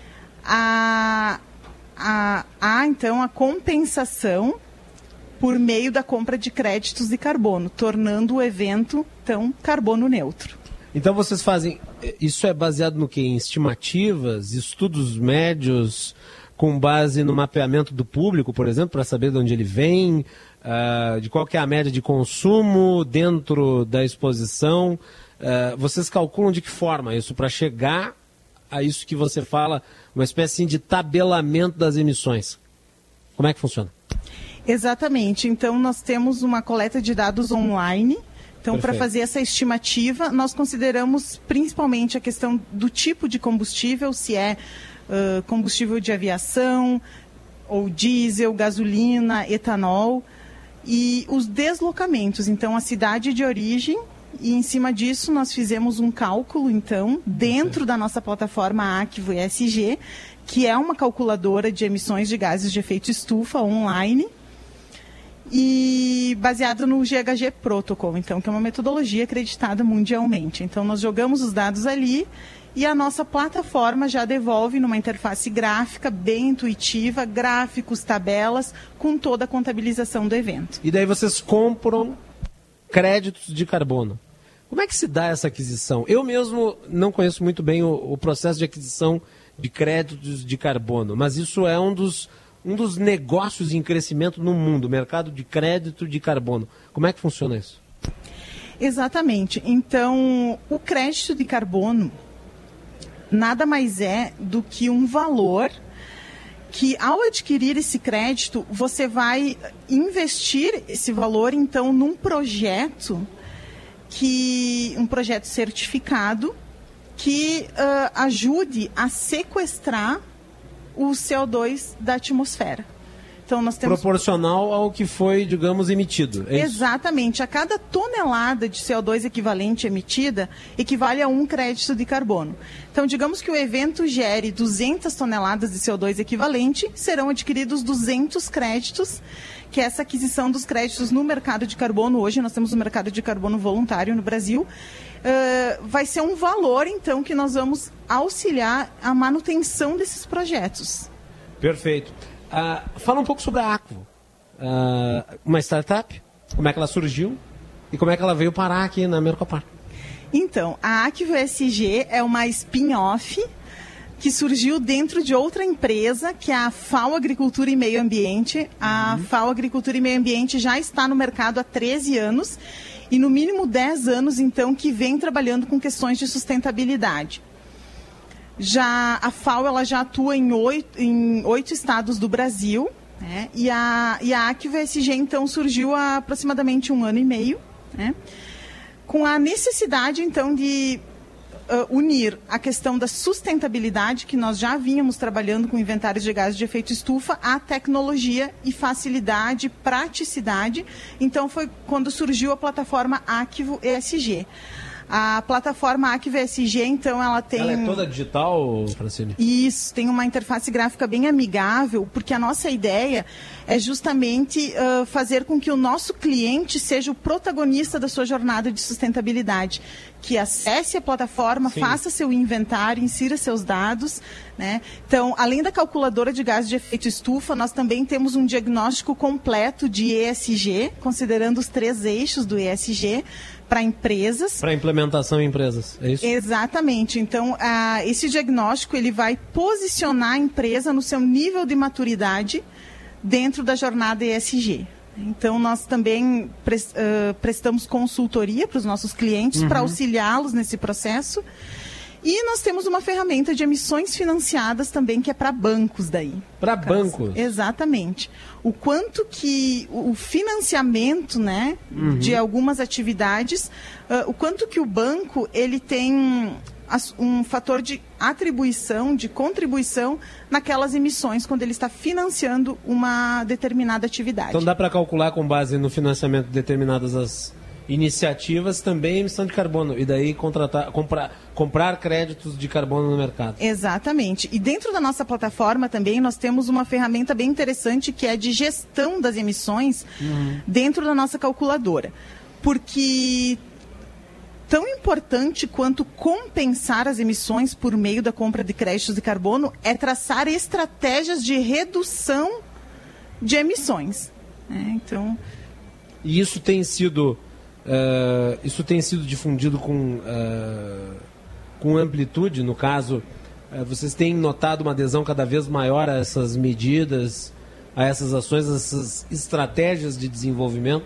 há então, a compensação por meio da compra de créditos de carbono, tornando o evento, então, carbono neutro. Então, vocês fazem... Isso é baseado no quê? Em estimativas, estudos médios, com base no mapeamento do público, por exemplo, para saber de onde ele vem... de qual que é a média de consumo dentro da exposição. Vocês calculam de que forma isso para chegar a isso que você fala, uma espécie de tabelamento das emissões? Como é que funciona? Exatamente. Então, nós temos uma coleta de dados online. Então, para fazer essa estimativa, nós consideramos principalmente a questão do tipo de combustível, se é combustível de aviação, ou diesel, gasolina, etanol, e os deslocamentos, então a cidade de origem, e em cima disso nós fizemos um cálculo, então, dentro da nossa plataforma Acvo ESG, que é uma calculadora de emissões de gases de efeito estufa online, e baseado no GHG Protocol, então, que é uma metodologia acreditada mundialmente. Então, nós jogamos os dados ali, e a nossa plataforma já devolve numa interface gráfica bem intuitiva, gráficos, tabelas, com toda a contabilização do evento. E daí vocês compram créditos de carbono. Como é que se dá essa aquisição? Eu mesmo não conheço muito bem o processo de aquisição de créditos de carbono, mas isso é um dos negócios em crescimento no mundo, o mercado de crédito de carbono. Como é que funciona isso? Exatamente. Então, o crédito de carbono nada mais é do que um valor que, ao adquirir esse crédito, você vai investir esse valor, então, num projeto um projeto certificado que ajude a sequestrar o CO2 da atmosfera. Então, nós temos... Proporcional ao que foi, digamos, emitido. É exatamente. Isso? A cada tonelada de CO2 equivalente emitida, equivale a 1 crédito de carbono. Então, digamos que o evento gere 200 toneladas de CO2 equivalente, serão adquiridos 200 créditos, que é essa aquisição dos créditos no mercado de carbono. Hoje nós temos o mercado de carbono voluntário no Brasil. Vai ser um valor, então, que nós vamos auxiliar a manutenção desses projetos. Perfeito. Fala um pouco sobre a Acvo, uma startup, como é que ela surgiu e como é que ela veio parar aqui na Mercopar. Então, a Acvo ESG é uma spin-off que surgiu dentro de outra empresa, que é a FAO Agricultura e Meio Ambiente. A FAO Agricultura e Meio Ambiente já está no mercado há 13 anos e no mínimo 10 anos, então, que vem trabalhando com questões de sustentabilidade. A FAO ela já atua em 8 estados do Brasil, né? E a Acvo ESG, então, surgiu há aproximadamente 1 ano e meio, né? Com a necessidade, então, de unir a questão da sustentabilidade, que nós já vínhamos trabalhando com inventários de gases de efeito estufa, à tecnologia e facilidade, praticidade. Então, foi quando surgiu a plataforma Acvo ESG. A plataforma Acve ESG, então, ela tem... Ela é toda digital, Francine? Isso, tem uma interface gráfica bem amigável, porque a nossa ideia é justamente fazer com que o nosso cliente seja o protagonista da sua jornada de sustentabilidade, que acesse a plataforma, faça seu inventário, insira seus dados, né? Então, além da calculadora de gases de efeito estufa, nós também temos um diagnóstico completo de ESG, considerando os 3 eixos do ESG, para empresas. Para implementação em empresas, é isso? Exatamente. Então, esse diagnóstico ele vai posicionar a empresa no seu nível de maturidade dentro da jornada ESG. Então, nós também prestamos consultoria para os nossos clientes para auxiliá-los nesse processo. E nós temos uma ferramenta de emissões financiadas também, que é para bancos daí. Para bancos? Exatamente. O quanto que o financiamento, né, de algumas atividades, o quanto que o banco ele tem um fator de atribuição, de contribuição naquelas emissões, quando ele está financiando uma determinada atividade. Então dá para calcular com base no financiamento de determinadas as iniciativas também emissão de carbono e daí comprar créditos de carbono no mercado. Exatamente. E dentro da nossa plataforma também nós temos uma ferramenta bem interessante que é de gestão das emissões dentro da nossa calculadora. Porque tão importante quanto compensar as emissões por meio da compra de créditos de carbono é traçar estratégias de redução de emissões. Então... E isso tem sido difundido com amplitude, no caso, vocês têm notado uma adesão cada vez maior a essas medidas, a essas ações, a essas estratégias de desenvolvimento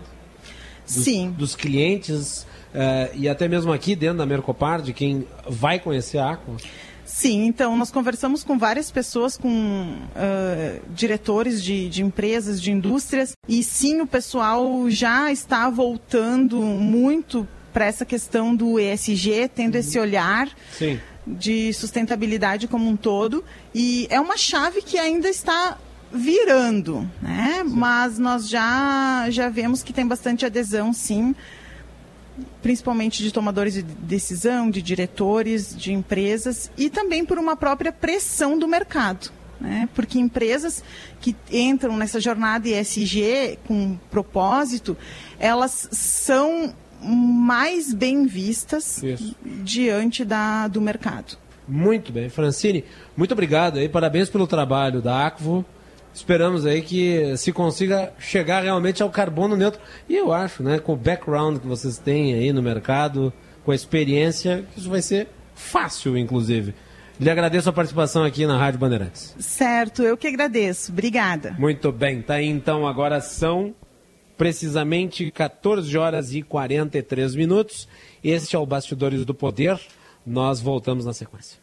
dos clientes, e até mesmo aqui dentro da Mercopar, de quem vai conhecer a Aqua? Sim, então nós conversamos com várias pessoas, com diretores de empresas, de indústrias, e sim, o pessoal já está voltando muito para essa questão do ESG, tendo esse olhar de sustentabilidade como um todo, e é uma chave que ainda está virando, né? Mas nós já vemos que tem bastante adesão, sim, principalmente de tomadores de decisão, de diretores, de empresas, e também por uma própria pressão do mercado, né? Porque empresas que entram nessa jornada ESG com propósito, elas são mais bem vistas diante do mercado. Muito bem, Francine, muito obrigado aí, parabéns pelo trabalho da Aquvo. Esperamos aí que se consiga chegar realmente ao carbono neutro. E eu acho, né, com o background que vocês têm aí no mercado, com a experiência, que isso vai ser fácil, inclusive. Lhe agradeço a participação aqui na Rádio Bandeirantes. Certo, eu que agradeço. Obrigada. Muito bem, tá aí então, agora são precisamente 14 horas e 43 minutos. Este é o Bastidores do Poder. Nós voltamos na sequência.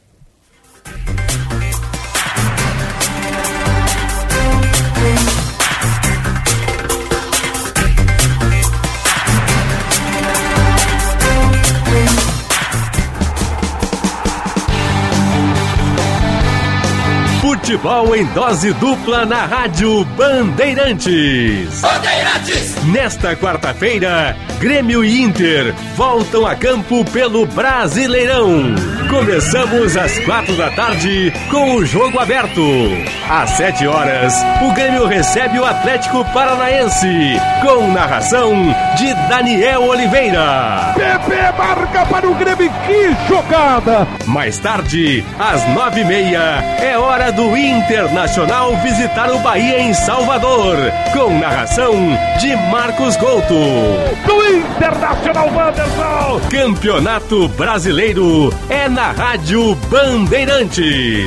Futebol em dose dupla na Rádio Bandeirantes. Nesta quarta-feira, Grêmio e Inter voltam a campo pelo Brasileirão. Começamos às 4 da tarde com o jogo aberto. Às 7 horas, o Grêmio recebe o Atlético Paranaense, com narração de Daniel Oliveira. PP marca para o Grêmio, que jogada! Mais tarde, às 9h30, é hora do Internacional visitar o Bahia em Salvador, com narração de Marcos Couto. Do Internacional, Wanderson! Campeonato Brasileiro é na Rádio Bandeirantes.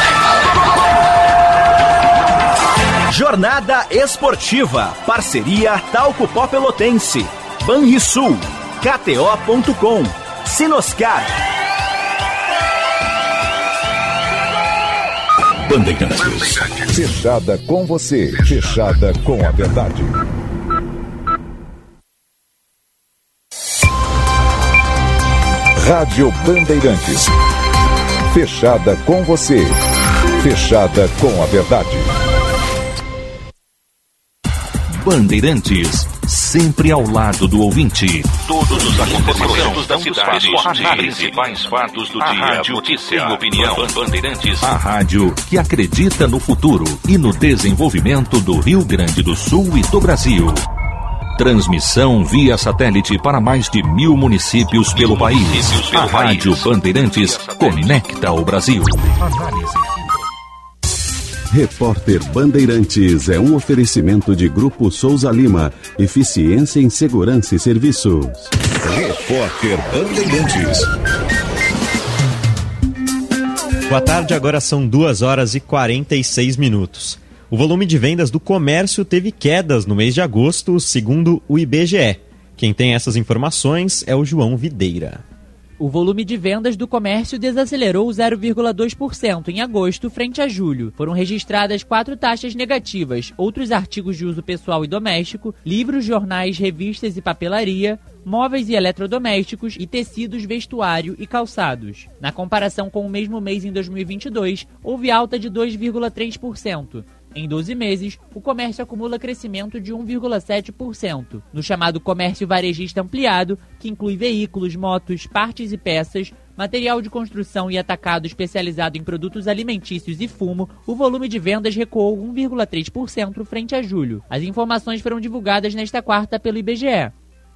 Jornada Esportiva, parceria Talco Pó Pelotense, Banrisul, KTO.com, Sinoscar. Bandeirantes. Fechada com você, fechada com a verdade. Rádio Bandeirantes. Fechada com você, fechada com a verdade. Bandeirantes, sempre ao lado do ouvinte. Todos os acontecimentos da cidade, os principais fatos do dia, rádio, notícia, tem opinião. Bandeirantes, a rádio que acredita no futuro e no desenvolvimento do Rio Grande do Sul e do Brasil. Transmissão via satélite para mais de 1.000 municípios pelo país. A Rádio Bandeirantes conecta o Brasil. Repórter Bandeirantes é um oferecimento de Grupo Souza Lima. Eficiência em Segurança e Serviços. Repórter Bandeirantes. Boa tarde, agora são 2h46. O volume de vendas do comércio teve quedas no mês de agosto, segundo o IBGE. Quem tem essas informações é o João Videira. O volume de vendas do comércio desacelerou 0,2% em agosto frente a julho. Foram registradas 4 taxas negativas: outros artigos de uso pessoal e doméstico, livros, jornais, revistas e papelaria, móveis e eletrodomésticos e tecidos, vestuário e calçados. Na comparação com o mesmo mês em 2022, houve alta de 2,3%. Em 12 meses, o comércio acumula crescimento de 1,7%. No chamado comércio varejista ampliado, que inclui veículos, motos, partes e peças, material de construção e atacado especializado em produtos alimentícios e fumo, o volume de vendas recuou 1,3% frente a julho. As informações foram divulgadas nesta quarta pelo IBGE.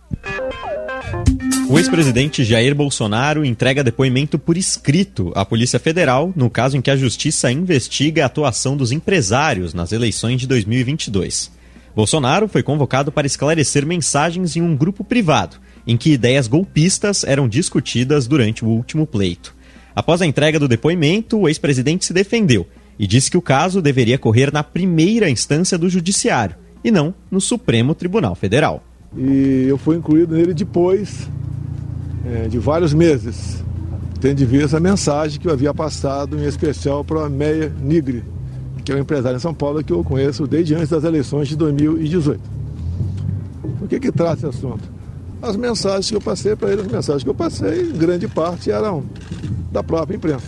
O ex-presidente Jair Bolsonaro entrega depoimento por escrito à Polícia Federal, no caso em que a Justiça investiga a atuação dos empresários nas eleições de 2022. Bolsonaro foi convocado para esclarecer mensagens em um grupo privado, em que ideias golpistas eram discutidas durante o último pleito. Após a entrega do depoimento, o ex-presidente se defendeu e disse que o caso deveria correr na primeira instância do Judiciário, e não no Supremo Tribunal Federal. E eu fui incluído nele depois de vários meses, tendo em vista essa mensagem que eu havia passado, em especial para a Meia Nigri, que é um empresário em São Paulo que eu conheço desde antes das eleições de 2018. O que trata esse assunto? As mensagens que eu passei para ele, as mensagens que eu passei, em grande parte eram da própria imprensa.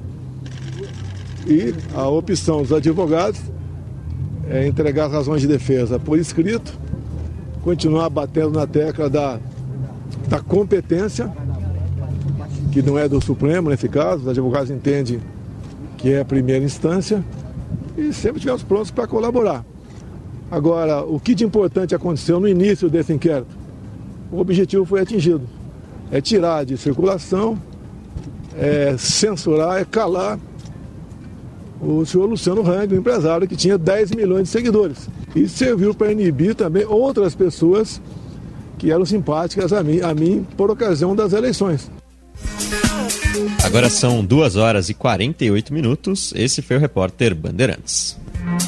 E a opção dos advogados é entregar as razões de defesa por escrito, continuar batendo na tecla da competência, que não é do Supremo nesse caso, os advogados entendem que é a primeira instância, e sempre estivemos prontos para colaborar. Agora, o que de importante aconteceu no início desse inquérito? O objetivo foi atingido. É tirar de circulação, é censurar, é calar o senhor Luciano Hang, um empresário que tinha 10 milhões de seguidores. E serviu para inibir também outras pessoas que eram simpáticas a mim por ocasião das eleições. Agora são 2h48. Esse foi o Repórter Bandeirantes.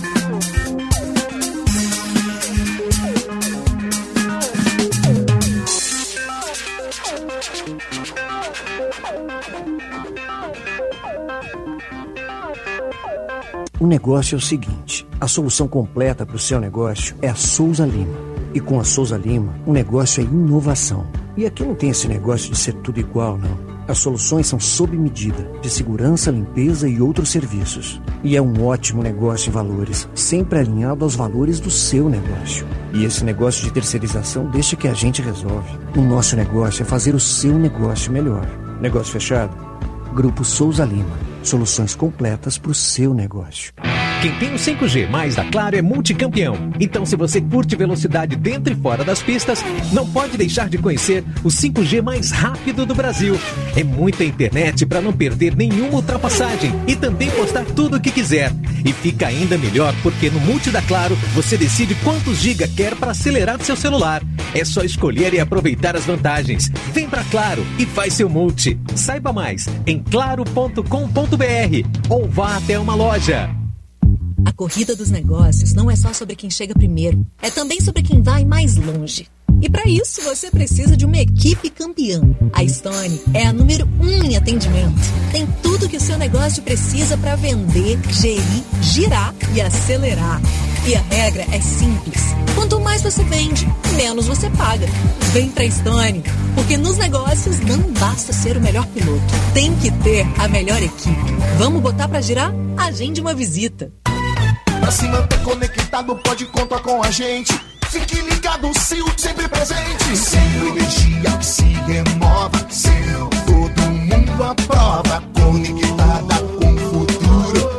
O negócio é o seguinte: a solução completa para o seu negócio é a Souza Lima. E com a Souza Lima, o negócio é inovação. E aqui não tem esse negócio de ser tudo igual, não. As soluções são sob medida, de segurança, limpeza e outros serviços. E é um ótimo negócio em valores, sempre alinhado aos valores do seu negócio. E esse negócio de terceirização deixa que a gente resolve. O nosso negócio é fazer o seu negócio melhor. Negócio fechado? Grupo Souza Lima. Soluções completas para o seu negócio. Quem tem o 5G mais da Claro é multicampeão. Então, se você curte velocidade dentro e fora das pistas, não pode deixar de conhecer o 5G mais rápido do Brasil. É muita internet para não perder nenhuma ultrapassagem e também postar tudo o que quiser. E fica ainda melhor porque no Multi da Claro você decide quantos giga quer para acelerar seu celular. É só escolher e aproveitar as vantagens. Vem pra Claro e faz seu Multi. Saiba mais em claro.com.br ou vá até uma loja. A corrida dos negócios não é só sobre quem chega primeiro, é também sobre quem vai mais longe. E para isso você precisa de uma equipe campeã. A Stone é a número 1 em atendimento. Tem tudo que o seu negócio precisa para vender, gerir, girar e acelerar. E a regra é simples. Quanto mais você vende, menos você paga. Vem pra Stone, porque nos negócios não basta ser o melhor piloto. Tem que ter a melhor equipe. Vamos botar pra girar? Agende uma visita. Pra se manter conectado, pode contar com a gente. Fique ligado, Sil, sempre presente. Sil, energia que se renova. Sil, todo mundo aprova. Conectada com o futuro.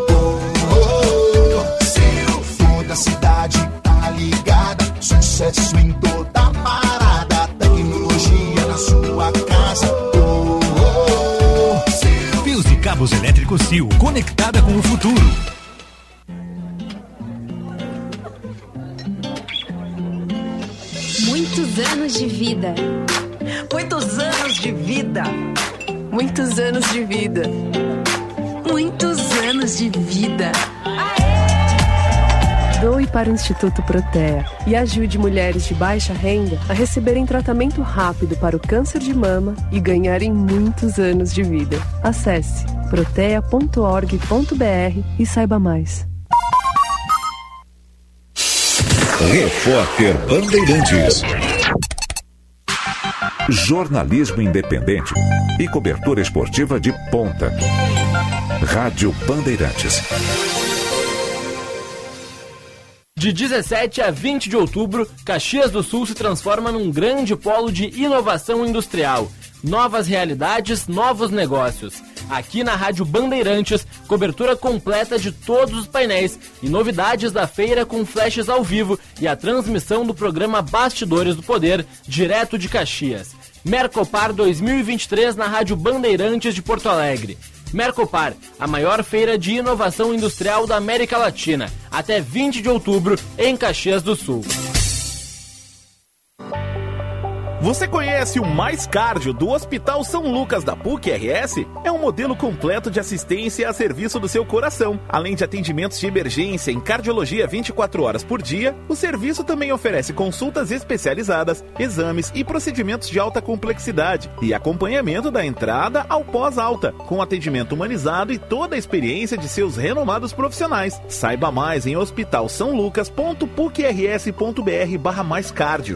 Sil, toda a cidade tá ligada. Sucesso em toda parada. Tecnologia na sua casa. Fios de cabos elétricos Sil, conectada com o futuro. Muitos anos de vida. Muitos anos de vida. Muitos anos de vida. Muitos anos de vida. Doe para o Instituto Protea e ajude mulheres de baixa renda a receberem tratamento rápido para o câncer de mama e ganharem muitos anos de vida. Acesse protea.org.br e saiba mais. Repórter Bandeirantes. Jornalismo independente e cobertura esportiva de ponta. Rádio Bandeirantes. De 17 a 20 de outubro, Caxias do Sul se transforma num grande polo de inovação industrial. Novas realidades, novos negócios. Aqui na Rádio Bandeirantes, cobertura completa de todos os painéis e novidades da feira com flashes ao vivo e a transmissão do programa Bastidores do Poder, direto de Caxias. Mercopar 2023 na Rádio Bandeirantes de Porto Alegre. Mercopar, a maior feira de inovação industrial da América Latina, até 20 de outubro em Caxias do Sul. Você conhece o Mais Cardio do Hospital São Lucas da PUC-RS? É um modelo completo de assistência a serviço do seu coração. Além de atendimentos de emergência em cardiologia 24 horas por dia, o serviço também oferece consultas especializadas, exames e procedimentos de alta complexidade e acompanhamento da entrada ao pós-alta, com atendimento humanizado e toda a experiência de seus renomados profissionais. Saiba mais em hospitalsaulucas.pucrs.br/maiscardio.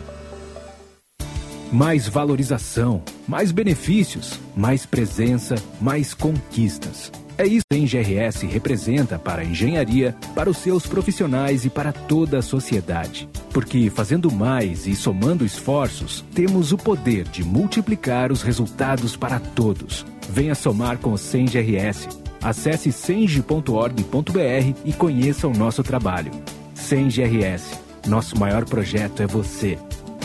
Mais valorização, mais benefícios, mais presença, mais conquistas. É isso que a ENGRS representa para a engenharia, para os seus profissionais e para toda a sociedade. Porque fazendo mais e somando esforços, temos o poder de multiplicar os resultados para todos. Venha somar com o CENGRS. Acesse cenge.org.br e conheça o nosso trabalho. CENGRS. Nosso maior projeto é você.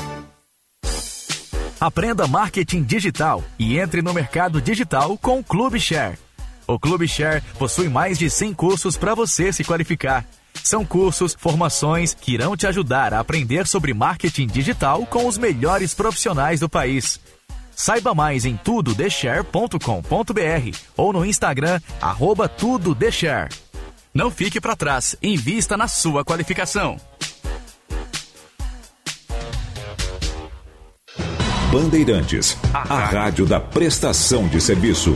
Aprenda marketing digital e entre no mercado digital com o Clube Share. O Clube Share possui mais de 100 cursos para você se qualificar. São cursos, formações que irão te ajudar a aprender sobre marketing digital com os melhores profissionais do país. Saiba mais em tudodeshare.com.br ou no Instagram @tudodeshare. Não fique para trás, invista na sua qualificação. Bandeirantes, a rádio da prestação de serviço.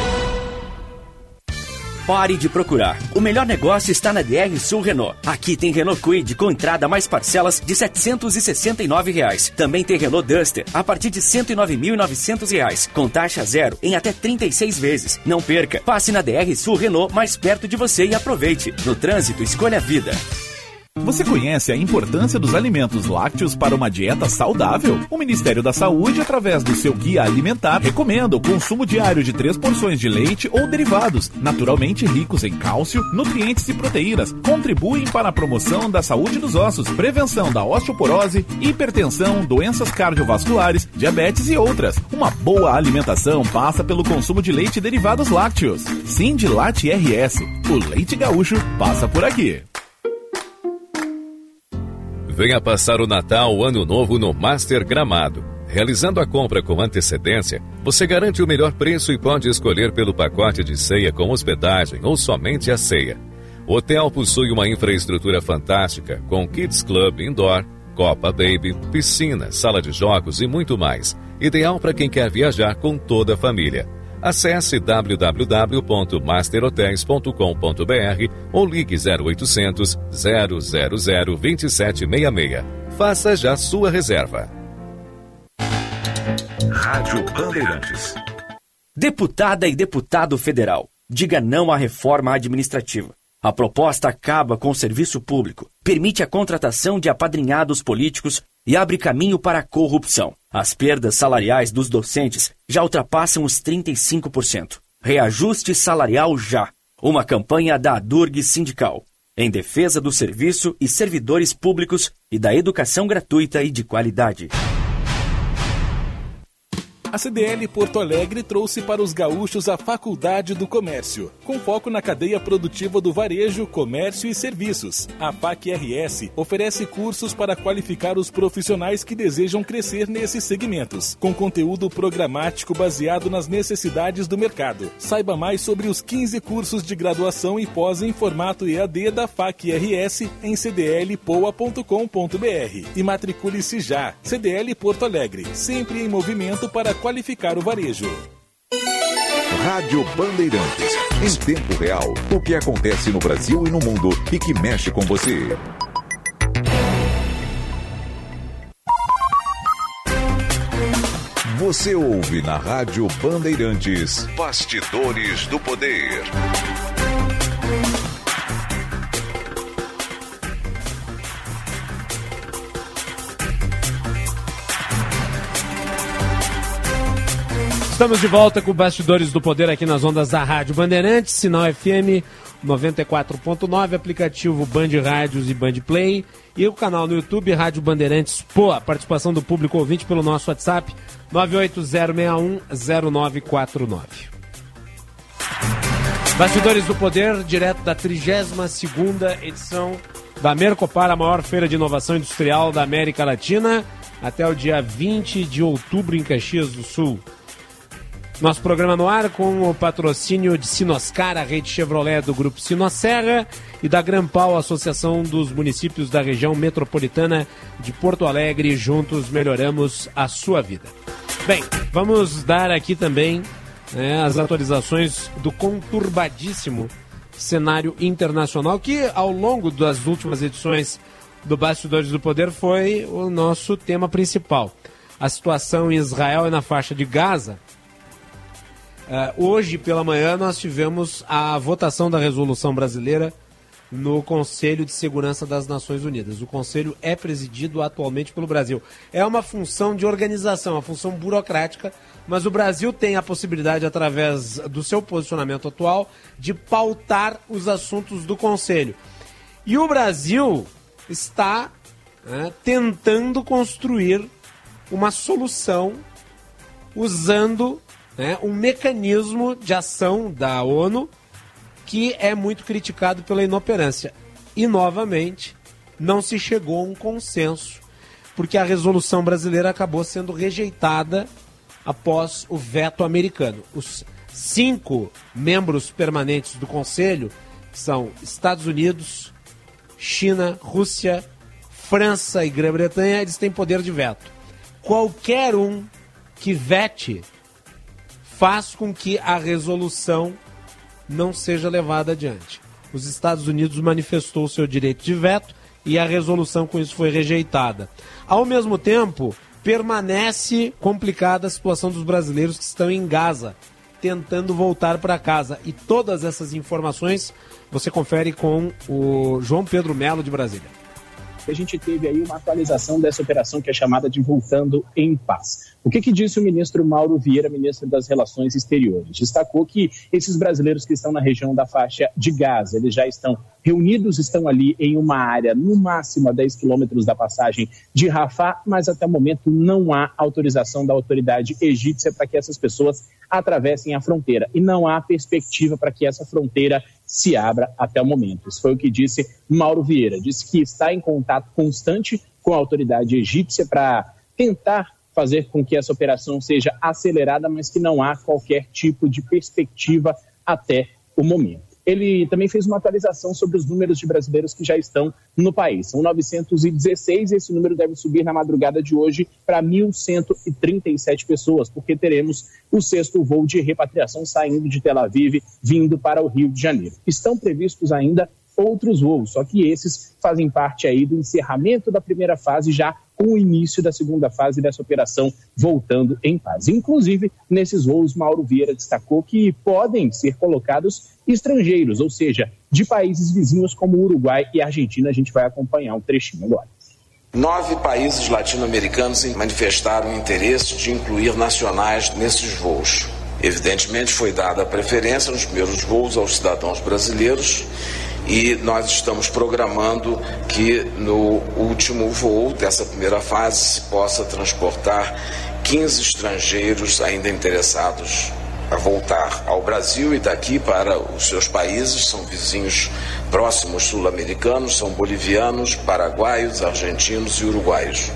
Pare de procurar. O melhor negócio está na DR Sul Renault. Aqui tem Renault Kwid com entrada mais parcelas de R$ 769. Também tem Renault Duster a partir de R$ 109.900, com taxa zero em até 36 vezes. Não perca. Passe na DR Sul Renault mais perto de você e aproveite. No trânsito, escolha a vida. Você conhece a importância dos alimentos lácteos para uma dieta saudável? O Ministério da Saúde, através do seu guia alimentar, recomenda o consumo diário de 3 porções de leite ou derivados, naturalmente ricos em cálcio, nutrientes e proteínas. Contribuem para a promoção da saúde dos ossos, prevenção da osteoporose, hipertensão, doenças cardiovasculares, diabetes e outras. Uma boa alimentação passa pelo consumo de leite e derivados lácteos. Sindilate RS. O leite gaúcho passa por aqui. Venha passar o Natal ou Ano Novo no Master Gramado. Realizando a compra com antecedência, você garante o melhor preço e pode escolher pelo pacote de ceia com hospedagem ou somente a ceia. O hotel possui uma infraestrutura fantástica, com Kids Club Indoor, Copa Baby, piscina, sala de jogos e muito mais. Ideal para quem quer viajar com toda a família. Acesse www.masterhotels.com.br ou ligue 0800 000 2766. Faça já sua reserva. Rádio Bandeirantes. Deputada e deputado federal, diga não à reforma administrativa. A proposta acaba com o serviço público, permite a contratação de apadrinhados políticos e abre caminho para a corrupção. As perdas salariais dos docentes já ultrapassam os 35%. Reajuste salarial já. Uma campanha da Durg Sindical, em defesa do serviço e servidores públicos e da educação gratuita e de qualidade. A CDL Porto Alegre trouxe para os gaúchos a Faculdade do Comércio, com foco na cadeia produtiva do varejo, comércio e serviços. A FAC-RS oferece cursos para qualificar os profissionais que desejam crescer nesses segmentos, com conteúdo programático baseado nas necessidades do mercado. Saiba mais sobre os 15 cursos de graduação e pós em formato EAD da FAC-RS em cdlpoa.com.br e matricule-se já. CDL Porto Alegre, sempre em movimento para qualificar o varejo. Rádio Bandeirantes. Em tempo real, o que acontece no Brasil e no mundo e que mexe com você. Você ouve na Rádio Bandeirantes Bastidores do Poder. Estamos de volta com Bastidores do Poder aqui nas ondas da Rádio Bandeirantes, sinal FM 94.9, aplicativo Band Rádios e Band Play e o canal no YouTube Rádio Bandeirantes Poa. Participação do público ouvinte pelo nosso WhatsApp 980610949. Bastidores do Poder, direto da 32ª edição da Mercopar, a maior feira de inovação industrial da América Latina, até o dia 20 de outubro em Caxias do Sul. Nosso programa no ar com o patrocínio de Sinoscar, a rede Chevrolet do Grupo Sinosserra, e da Grampal, Associação dos Municípios da Região Metropolitana de Porto Alegre. Juntos melhoramos a sua vida. Bem, vamos dar aqui também as atualizações do conturbadíssimo cenário internacional, que ao longo das últimas edições do Bastidores do Poder foi o nosso tema principal. A situação em Israel e na faixa de Gaza. Hoje pela manhã nós tivemos a votação da resolução brasileira no Conselho de Segurança das Nações Unidas. O Conselho é presidido atualmente pelo Brasil. É uma função de organização, uma função burocrática, mas o Brasil tem a possibilidade, através do seu posicionamento atual, de pautar os assuntos do Conselho. E o Brasil está tentando construir uma solução usando um mecanismo de ação da ONU que é muito criticado pela inoperância. E, novamente, não se chegou a um consenso, porque a resolução brasileira acabou sendo rejeitada após o veto americano. Os 5 membros permanentes do Conselho, que são Estados Unidos, China, Rússia, França e Grã-Bretanha, eles têm poder de veto. Qualquer um que vete faz com que a resolução não seja levada adiante. Os Estados Unidos manifestou o seu direito de veto e a resolução com isso foi rejeitada. Ao mesmo tempo, permanece complicada a situação dos brasileiros que estão em Gaza, tentando voltar para casa. E todas essas informações você confere com o João Pedro Melo, de Brasília. A gente teve aí uma atualização dessa operação que é chamada de Voltando em Paz. O que disse o ministro Mauro Vieira, ministro das Relações Exteriores? Destacou que esses brasileiros que estão na região da faixa de Gaza, eles já estão reunidos, estão ali em uma área no máximo a 10 quilômetros da passagem de Rafah, mas até o momento não há autorização da autoridade egípcia para que essas pessoas atravessem a fronteira. E não há perspectiva para que essa fronteira se abra até o momento. Isso foi o que disse Mauro Vieira. Disse que está em contato constante com a autoridade egípcia para tentar fazer com que essa operação seja acelerada, mas que não há qualquer tipo de perspectiva até o momento. Ele também fez uma atualização sobre os números de brasileiros que já estão no país. São 916, esse número deve subir na madrugada de hoje para 1.137 pessoas, porque teremos o 6º voo de repatriação saindo de Tel Aviv, vindo para o Rio de Janeiro. Estão previstos ainda outros voos, só que esses fazem parte aí do encerramento da primeira fase já com o início da segunda fase dessa operação Voltando em Paz. Inclusive, nesses voos, Mauro Vieira destacou que podem ser colocados estrangeiros, ou seja, de países vizinhos como Uruguai e Argentina. A gente vai acompanhar um trechinho agora. 9 países latino-americanos manifestaram interesse de incluir nacionais nesses voos. Evidentemente, foi dada a preferência nos primeiros voos aos cidadãos brasileiros e nós estamos programando que no último voo dessa primeira fase se possa transportar 15 estrangeiros ainda interessados a voltar ao Brasil e daqui para os seus países. São vizinhos próximos sul-americanos, são bolivianos, paraguaios, argentinos e uruguaios.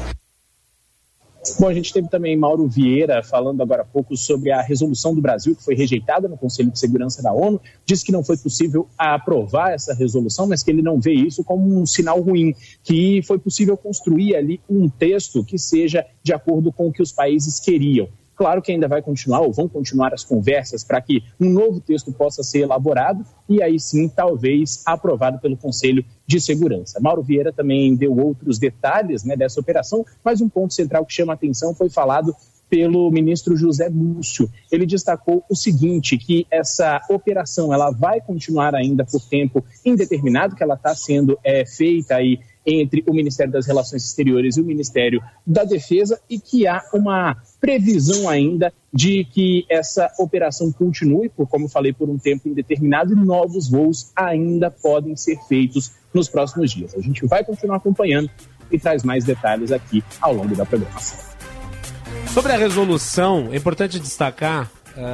Bom, a gente teve também Mauro Vieira falando agora há pouco sobre a resolução do Brasil, que foi rejeitada no Conselho de Segurança da ONU. Disse que não foi possível aprovar essa resolução, mas que ele não vê isso como um sinal ruim, que foi possível construir ali um texto que seja de acordo com o que os países queriam. Claro que ainda vai continuar, ou vão continuar as conversas para que um novo texto possa ser elaborado e aí sim, talvez, aprovado pelo Conselho de Segurança. Mauro Vieira também deu outros detalhes, né, dessa operação, mas um ponto central que chama a atenção foi falado pelo ministro José Múcio. Ele destacou o seguinte, que essa operação ela vai continuar ainda por tempo indeterminado, que ela está sendo feita aí entre o Ministério das Relações Exteriores e o Ministério da Defesa e que há uma previsão ainda de que essa operação continue, como eu falei, por um tempo indeterminado e novos voos ainda podem ser feitos nos próximos dias. A gente vai continuar acompanhando e traz mais detalhes aqui ao longo da programação. Sobre a resolução, é importante destacar,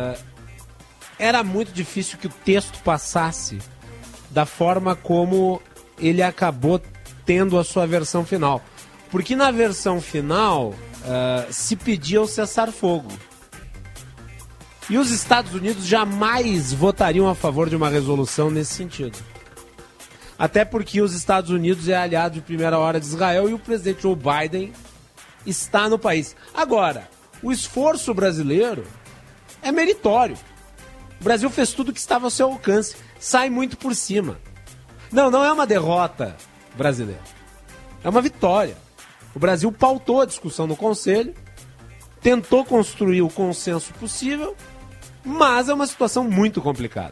era muito difícil que o texto passasse da forma como ele acabou tendo a sua versão final. Porque na versão final se pedia o cessar-fogo. E os Estados Unidos jamais votariam a favor de uma resolução nesse sentido. Até porque os Estados Unidos é aliado de primeira hora de Israel e o presidente Joe Biden está no país. Agora, o esforço brasileiro é meritório. O Brasil fez tudo que estava ao seu alcance. Sai muito por cima. Não é uma derrota brasileira. É uma vitória. O Brasil pautou a discussão no Conselho, tentou construir o consenso possível, mas é uma situação muito complicada.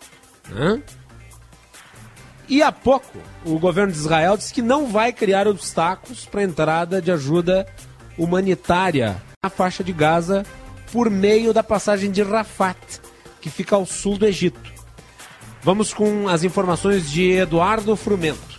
E há pouco, o governo de Israel disse que não vai criar obstáculos para a entrada de ajuda humanitária na faixa de Gaza por meio da passagem de Rafat, que fica ao sul do Egito. Vamos com as informações de Eduardo Frumento.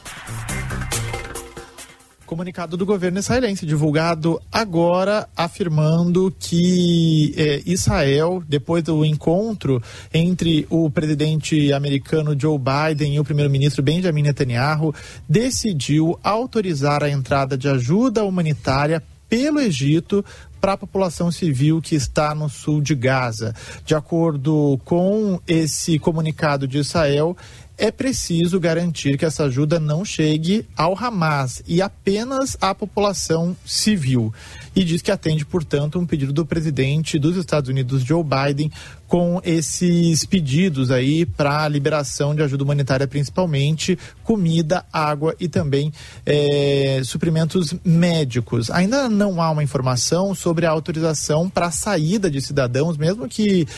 Comunicado do governo israelense, divulgado agora, afirmando que Israel, depois do encontro entre o presidente americano Joe Biden e o primeiro-ministro Benjamin Netanyahu, decidiu autorizar a entrada de ajuda humanitária pelo Egito para a população civil que está no sul de Gaza. De acordo com esse comunicado de Israel, é preciso garantir que essa ajuda não chegue ao Hamas e apenas à população civil. E diz que atende, portanto, um pedido do presidente dos Estados Unidos, Joe Biden, com esses pedidos aí para a liberação de ajuda humanitária, principalmente comida, água e também suprimentos médicos. Ainda não há uma informação sobre a autorização para a saída de cidadãos, mesmo que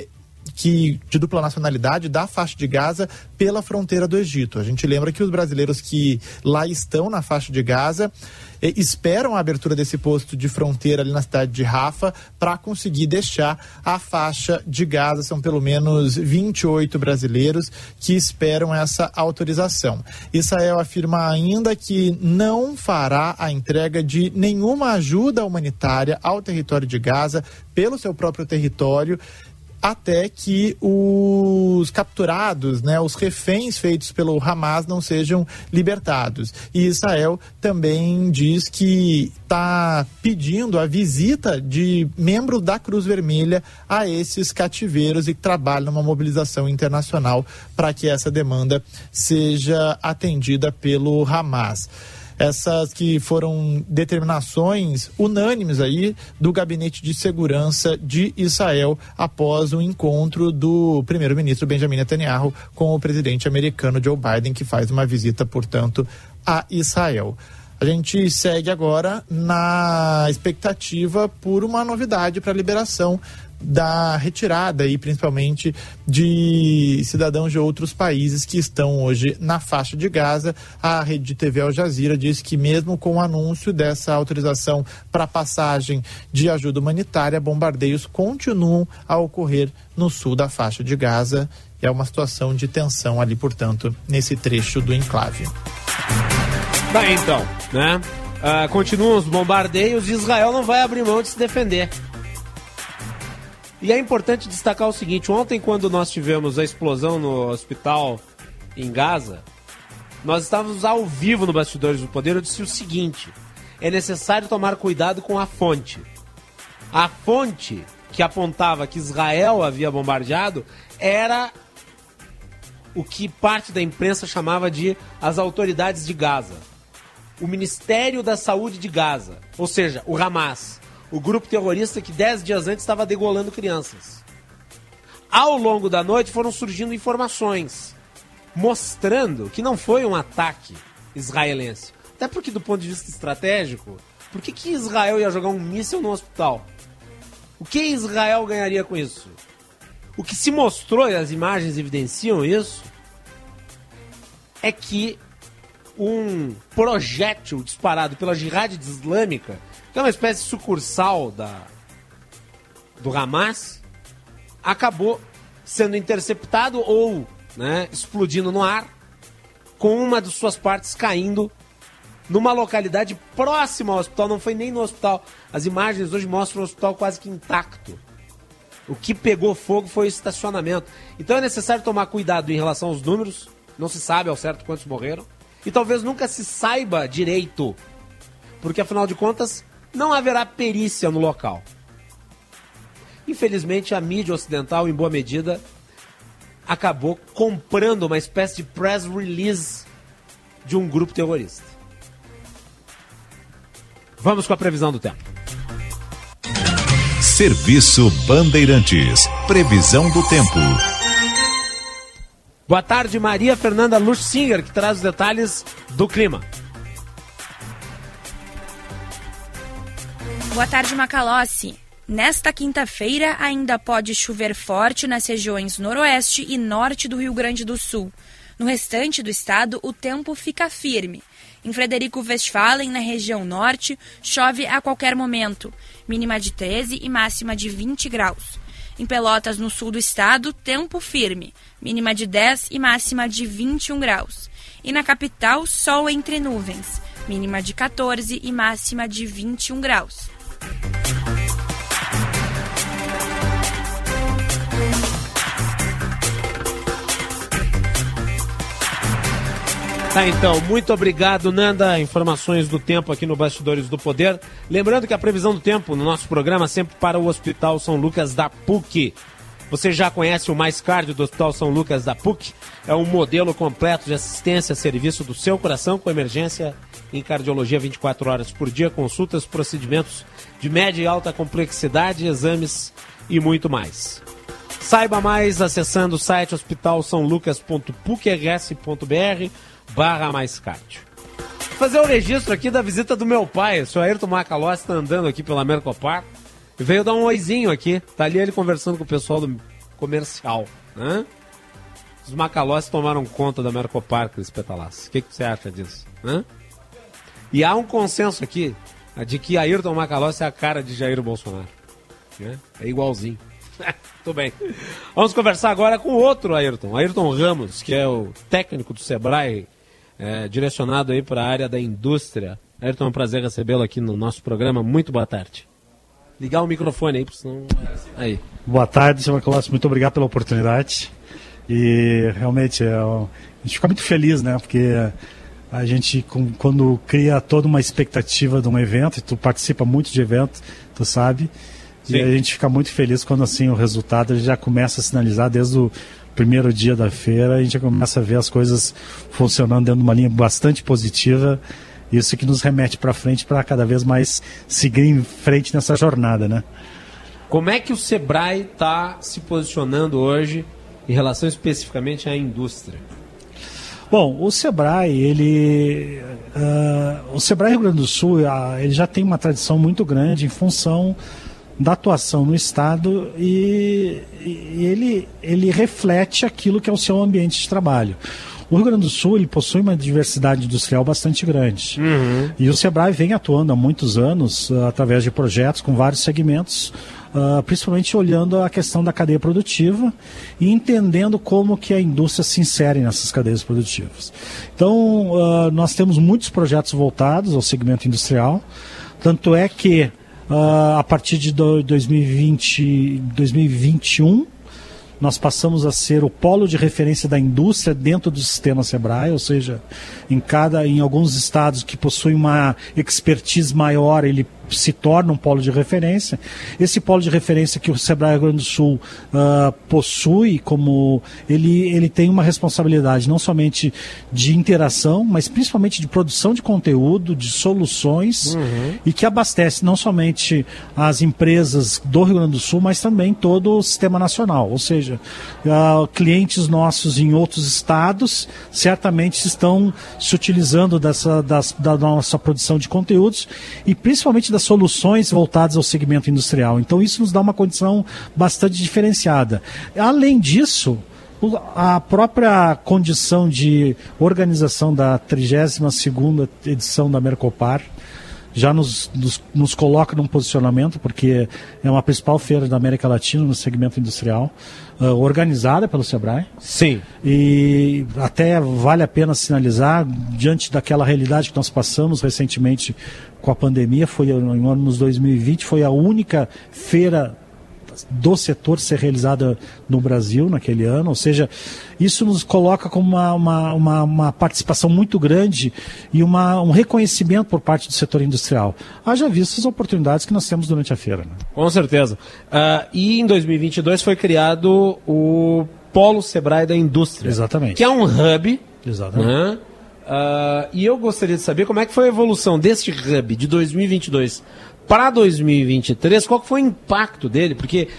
de dupla nacionalidade da faixa de Gaza pela fronteira do Egito. A gente lembra que os brasileiros que lá estão na faixa de Gaza esperam a abertura desse posto de fronteira ali na cidade de Rafah para conseguir deixar a faixa de Gaza. São pelo menos 28 brasileiros que esperam essa autorização. Israel afirma ainda que não fará a entrega de nenhuma ajuda humanitária ao território de Gaza pelo seu próprio território, até que os capturados, os reféns feitos pelo Hamas não sejam libertados. E Israel também diz que está pedindo a visita de membros da Cruz Vermelha a esses cativeiros e que trabalham numa mobilização internacional para que essa demanda seja atendida pelo Hamas. Essas que foram determinações unânimes aí do Gabinete de Segurança de Israel após o encontro do primeiro-ministro Benjamin Netanyahu com o presidente americano Joe Biden, que faz uma visita, portanto, a Israel. A gente segue agora na expectativa por uma novidade para a liberação da retirada e principalmente de cidadãos de outros países que estão hoje na faixa de Gaza. A rede de TV Al Jazeera diz que mesmo com o anúncio dessa autorização para passagem de ajuda humanitária, bombardeios continuam a ocorrer no sul da faixa de Gaza. É uma situação de tensão ali, portanto, nesse trecho do enclave. Tá, então, né? Continuam os bombardeios e Israel não vai abrir mão de se defender. E é importante destacar o seguinte: ontem, quando nós tivemos a explosão no hospital em Gaza, nós estávamos ao vivo no Bastidores do Poder. Eu disse o seguinte: é necessário tomar cuidado com a fonte. A fonte que apontava que Israel havia bombardeado era o que parte da imprensa chamava de as autoridades de Gaza. O Ministério da Saúde de Gaza, ou seja, o Hamas. O grupo terrorista que 10 dias antes estava degolando crianças. Ao longo da noite foram surgindo informações mostrando que não foi um ataque israelense. Até porque, do ponto de vista estratégico, por que Israel ia jogar um míssil no hospital? O que Israel ganharia com isso? O que se mostrou, e as imagens evidenciam isso, é que um projétil disparado pela Jihad Islâmica, que é uma espécie de sucursal do Hamas, acabou sendo interceptado ou, né, explodindo no ar, com uma de suas partes caindo numa localidade próxima ao hospital. Não foi nem no hospital. As imagens hoje mostram o hospital quase que intacto. O que pegou fogo foi o estacionamento. Então é necessário tomar cuidado em relação aos números. Não se sabe ao certo quantos morreram. E talvez nunca se saiba direito, porque afinal de contas não haverá perícia no local. Infelizmente, a mídia ocidental, em boa medida, acabou comprando uma espécie de press release de um grupo terrorista. Vamos com a previsão do tempo. Serviço Bandeirantes. Previsão do tempo. Boa tarde, Maria Fernanda Luxinger, que traz os detalhes do clima. Boa tarde, Macalossi. Nesta quinta-feira ainda pode chover forte nas regiões noroeste e norte do Rio Grande do Sul. No restante do estado, o tempo fica firme. Em Frederico Westphalen, na região norte, chove a qualquer momento, mínima de 13 e máxima de 20 graus. Em Pelotas, no sul do estado, tempo firme, mínima de 10 e máxima de 21 graus. E na capital, sol entre nuvens, mínima de 14 e máxima de 21 graus. Tá, então, muito obrigado, Nanda. Informações do tempo aqui no Bastidores do Poder. Lembrando que a previsão do tempo no nosso programa é sempre para o Hospital São Lucas da PUC. Você já conhece o Mais Cardio do Hospital São Lucas da PUC? É um modelo completo de assistência a serviço do seu coração, com emergência em cardiologia 24 horas por dia, consultas, procedimentos de média e alta complexidade, exames e muito mais. Saiba mais acessando o site hospitalsaolucas.pucrs.br/mais cardio. Vou fazer o registro aqui da visita do meu pai. O senhor Ayrton Macalossi está andando aqui pela Mercopar e veio dar um oizinho aqui. Tá ali ele conversando com o pessoal do comercial, né? Os Macalossi tomaram conta da Mercopar, Cris Petalassi. O que você acha disso, né? E há um consenso aqui de que Ayrton Macalossi é a cara de Jair Bolsonaro, né? É igualzinho. Tudo bem. Vamos conversar agora com outro Ayrton Ramos, que é o técnico do Sebrae, direcionado aí para a área da indústria. Ayrton, é um prazer recebê-lo aqui no nosso programa. Muito boa tarde. Ligar o microfone aí, porque senão... Aí. Boa tarde, senhor Macalossi. Muito obrigado pela oportunidade. E realmente a gente fica muito feliz, né? Porque a gente, quando cria toda uma expectativa de um evento, e tu participa muito de evento, tu sabe... Sim. E a gente fica muito feliz quando assim o resultado já começa a sinalizar desde o primeiro dia da feira, a gente já começa a ver as coisas funcionando dentro de uma linha bastante positiva, isso que nos remete para frente para cada vez mais seguir em frente nessa jornada, né? Como é que o Sebrae está se posicionando hoje em relação especificamente à indústria? Bom, o Sebrae, o Sebrae Rio Grande do Sul, ele já tem uma tradição muito grande em função da atuação no Estado e ele reflete aquilo que é o seu ambiente de trabalho. O Rio Grande do Sul ele possui uma diversidade industrial bastante grande. E o Sebrae vem atuando há muitos anos através de projetos com vários segmentos, principalmente olhando a questão da cadeia produtiva e entendendo como que a indústria se insere nessas cadeias produtivas. Então, nós temos muitos projetos voltados ao segmento industrial, tanto é que a partir de 2021, nós passamos a ser o polo de referência da indústria dentro do sistema Sebrae, ou seja, em alguns estados que possuem uma expertise maior, ele se torna um polo de referência. Esse polo de referência que o Sebrae Rio Grande do Sul possui, como ele tem uma responsabilidade não somente de interação, mas principalmente de produção de conteúdo, de soluções, e que abastece não somente as empresas do Rio Grande do Sul, mas também todo o sistema nacional. Ou seja, clientes nossos em outros estados certamente estão se utilizando da nossa produção de conteúdos e principalmente das soluções voltadas ao segmento industrial. Então isso nos dá uma condição bastante diferenciada. Além disso, a própria condição de organização da 32ª edição da Mercopar já nos coloca num posicionamento, porque é uma principal feira da América Latina no segmento industrial, organizada pelo Sebrae. Sim. E até vale a pena sinalizar, diante daquela realidade que nós passamos recentemente com a pandemia, foi em anos 2020, foi a única feira do setor ser realizada no Brasil naquele ano, ou seja, isso nos coloca como uma participação muito grande e um reconhecimento por parte do setor industrial. Haja visto as oportunidades que nós temos durante a feira. Né? Com certeza. E em 2022 foi criado o Polo Sebrae da Indústria. Exatamente. Que é um hub. Exatamente. Né? E eu gostaria de saber como é que foi a evolução deste hub de 2022 para 2023, qual que foi o impacto dele? Porque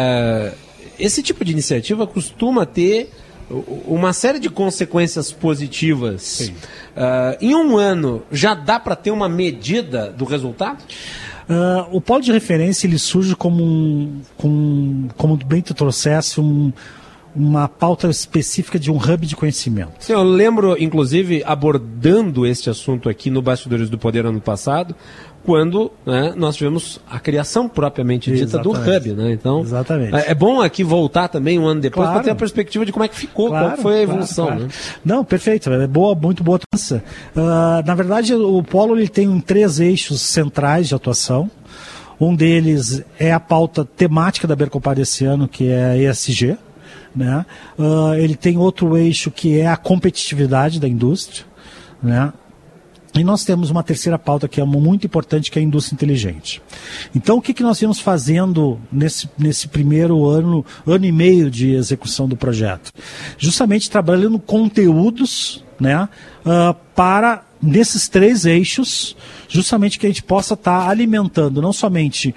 esse tipo de iniciativa costuma ter uma série de consequências positivas. Em um ano, já dá para ter uma medida do resultado? O polo de referência ele surge como bem tu trouxesse, uma pauta específica de um hub de conhecimento. Sim, eu lembro, inclusive, abordando este assunto aqui no Bastidores do Poder ano passado, quando nós tivemos a criação propriamente dita do hub. Né? Então, é bom aqui voltar também um ano depois para ter a perspectiva de como é que ficou, qual foi a evolução. Né? Não, perfeito, é muito boa atuação. Na verdade, o Polo ele tem 3 eixos centrais de atuação. Um deles é a pauta temática da Mercopar desse ano, que é a ESG. Né? Ele tem outro eixo que é a competitividade da indústria, né? E nós temos uma terceira pauta que é muito importante, que é a indústria inteligente. Então, o que nós viemos fazendo nesse primeiro ano e meio de execução do projeto? Justamente trabalhando conteúdos, né, para, nesses 3 eixos, justamente que a gente possa estar alimentando não somente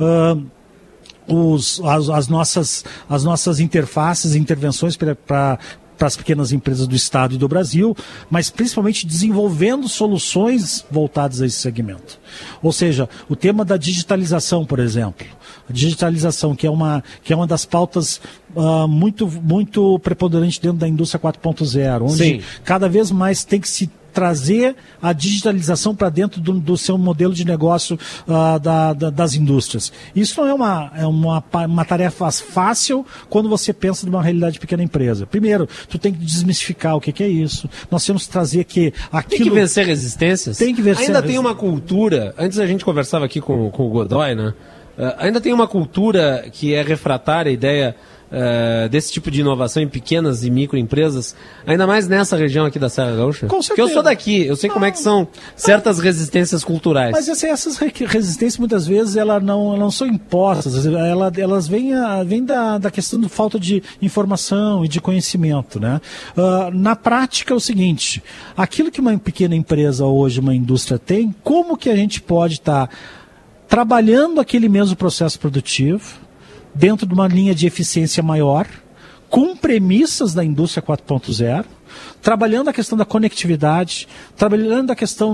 as nossas interfaces e intervenções para as pequenas empresas do Estado e do Brasil, mas principalmente desenvolvendo soluções voltadas a esse segmento. Ou seja, o tema da digitalização, por exemplo. A digitalização, que é uma das pautas muito preponderante dentro da indústria 4.0, onde cada vez mais tem que se trazer a digitalização para dentro do seu modelo de negócio das indústrias. Isso não é uma tarefa fácil quando você pensa numa realidade de pequena empresa. Primeiro, tu tem que desmistificar o que é isso. Nós temos que trazer que aquilo... Tem que vencer resistências? Tem que vencer. Ainda tem uma cultura, antes a gente conversava aqui com o Godoy, né? Ainda tem uma cultura que é refratária à ideia desse tipo de inovação em pequenas e microempresas, ainda mais nessa região aqui da Serra Gaúcha? Com certeza. Porque eu sou daqui, eu sei como é que são certas resistências culturais. Mas essas resistências muitas vezes elas não são impostas, elas vêm da questão da falta de informação e de conhecimento, né? Na prática é o seguinte, aquilo que uma pequena empresa hoje, uma indústria tem, como que a gente pode estar trabalhando aquele mesmo processo produtivo dentro de uma linha de eficiência maior, com premissas da indústria 4.0, trabalhando a questão da conectividade, trabalhando a questão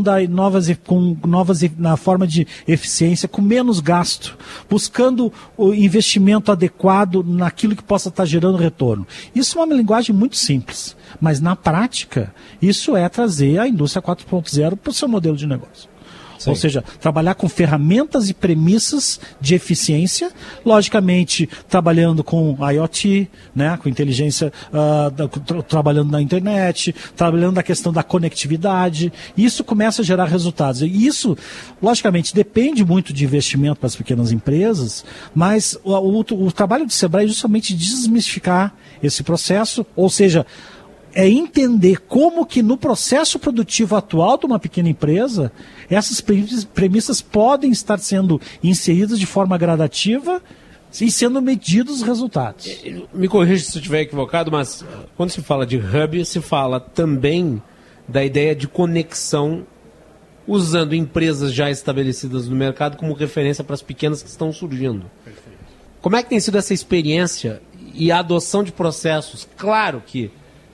na forma de eficiência, com menos gasto, buscando o investimento adequado naquilo que possa estar gerando retorno. Isso é uma linguagem muito simples, mas na prática, isso é trazer a indústria 4.0 para o seu modelo de negócio. Sim. Ou seja, trabalhar com ferramentas e premissas de eficiência, logicamente trabalhando com IoT, né, com inteligência, trabalhando na internet, trabalhando na questão da conectividade. Isso começa a gerar resultados. E isso, logicamente, depende muito de investimento para as pequenas empresas, mas o trabalho do Sebrae é justamente desmistificar esse processo, ou seja, é entender como que no processo produtivo atual de uma pequena empresa, essas premissas podem estar sendo inseridas de forma gradativa e sendo medidos os resultados. Me corrija se eu estiver equivocado, mas quando se fala de hub, se fala também da ideia de conexão, usando empresas já estabelecidas no mercado como referência para as pequenas que estão surgindo. Perfeito. Como é que tem sido essa experiência e a adoção de processos? Claro que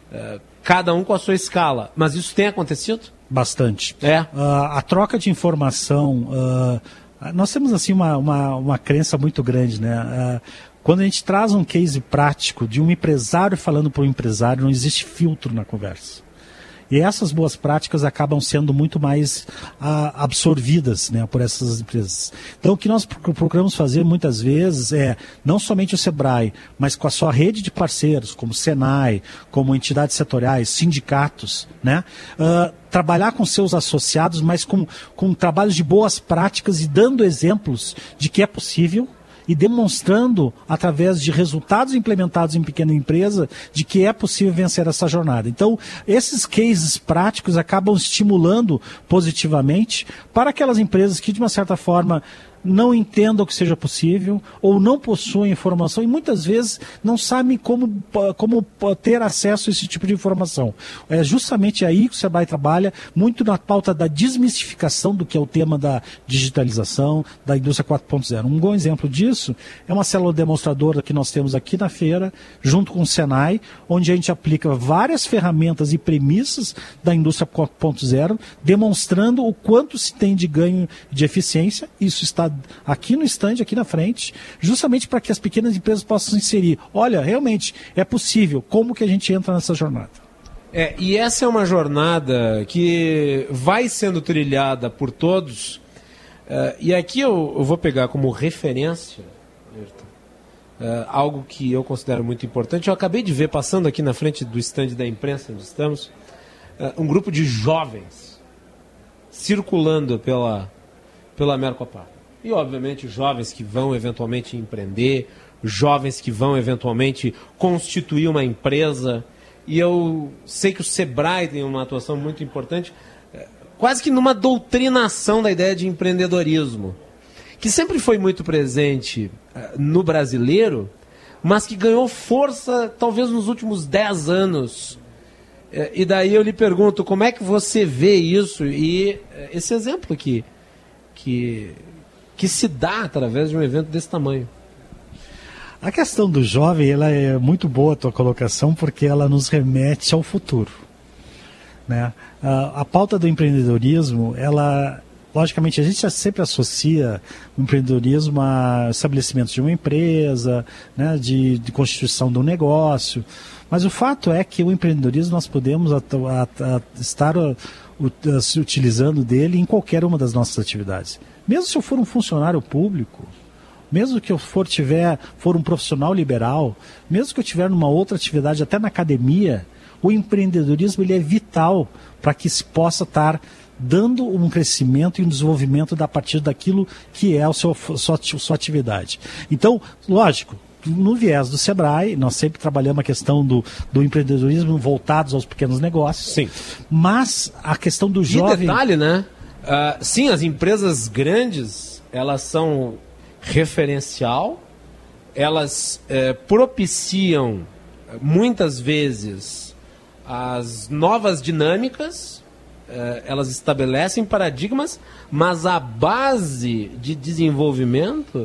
cada um com a sua escala, mas isso tem acontecido? Bastante. A troca de informação, nós temos assim uma crença muito grande, né? Quando a gente traz um case prático de um empresário falando para um empresário, não existe filtro na conversa. E essas boas práticas acabam sendo muito mais absorvidas, né, por essas empresas. Então, o que nós procuramos fazer muitas vezes é, não somente o Sebrae, mas com a sua rede de parceiros, como o Senai, como entidades setoriais, sindicatos, né, trabalhar com seus associados, mas com trabalhos de boas práticas e dando exemplos de que é possível, e demonstrando, através de resultados implementados em pequena empresa, de que é possível vencer essa jornada. Então, esses cases práticos acabam estimulando positivamente para aquelas empresas que, de uma certa forma, não entendam que seja possível ou não possuem informação e muitas vezes não sabem como ter acesso a esse tipo de informação. É justamente aí que o Sebrae trabalha, muito na pauta da desmistificação do que é o tema da digitalização, da indústria 4.0. Um bom exemplo disso é uma célula demonstradora que nós temos aqui na feira, junto com o Senai, onde a gente aplica várias ferramentas e premissas da indústria 4.0, demonstrando o quanto se tem de ganho de eficiência. Isso está aqui no stand, aqui na frente, justamente para que as pequenas empresas possam inserir. Olha, realmente é possível. Como que a gente entra nessa jornada? E essa é uma jornada que vai sendo trilhada por todos. E aqui eu vou pegar como referência algo que eu considero muito importante. Eu acabei de ver, passando aqui na frente do stand da imprensa onde estamos, um grupo de jovens circulando pela Mercopar. E, obviamente, jovens que vão eventualmente empreender, jovens que vão eventualmente constituir uma empresa. E eu sei que o Sebrae tem uma atuação muito importante, quase que numa doutrinação da ideia de empreendedorismo, que sempre foi muito presente no brasileiro, mas que ganhou força talvez nos últimos 10 anos. E daí eu lhe pergunto, como é que você vê isso e esse exemplo que se dá através de um evento desse tamanho? A questão do jovem, ela é muito boa a tua colocação, porque ela nos remete ao futuro, né? A pauta do empreendedorismo, ela, logicamente, a gente já sempre associa o empreendedorismo a estabelecimento de uma empresa, né, de constituição de um negócio, mas o fato é que o empreendedorismo nós podemos estar se utilizando dele em qualquer uma das nossas atividades. Mesmo se eu for um funcionário público, mesmo que eu for um profissional liberal, mesmo que eu estiver numa outra atividade, até na academia, o empreendedorismo ele é vital para que se possa estar dando um crescimento e um desenvolvimento a partir daquilo que é a sua atividade. Então, lógico, no viés do Sebrae, nós sempre trabalhamos a questão do empreendedorismo voltados aos pequenos negócios. Sim. Mas a questão do jovem... E detalhe, né? Sim, as empresas grandes, elas são referencial, elas propiciam, muitas vezes, as novas dinâmicas, elas estabelecem paradigmas, mas a base de desenvolvimento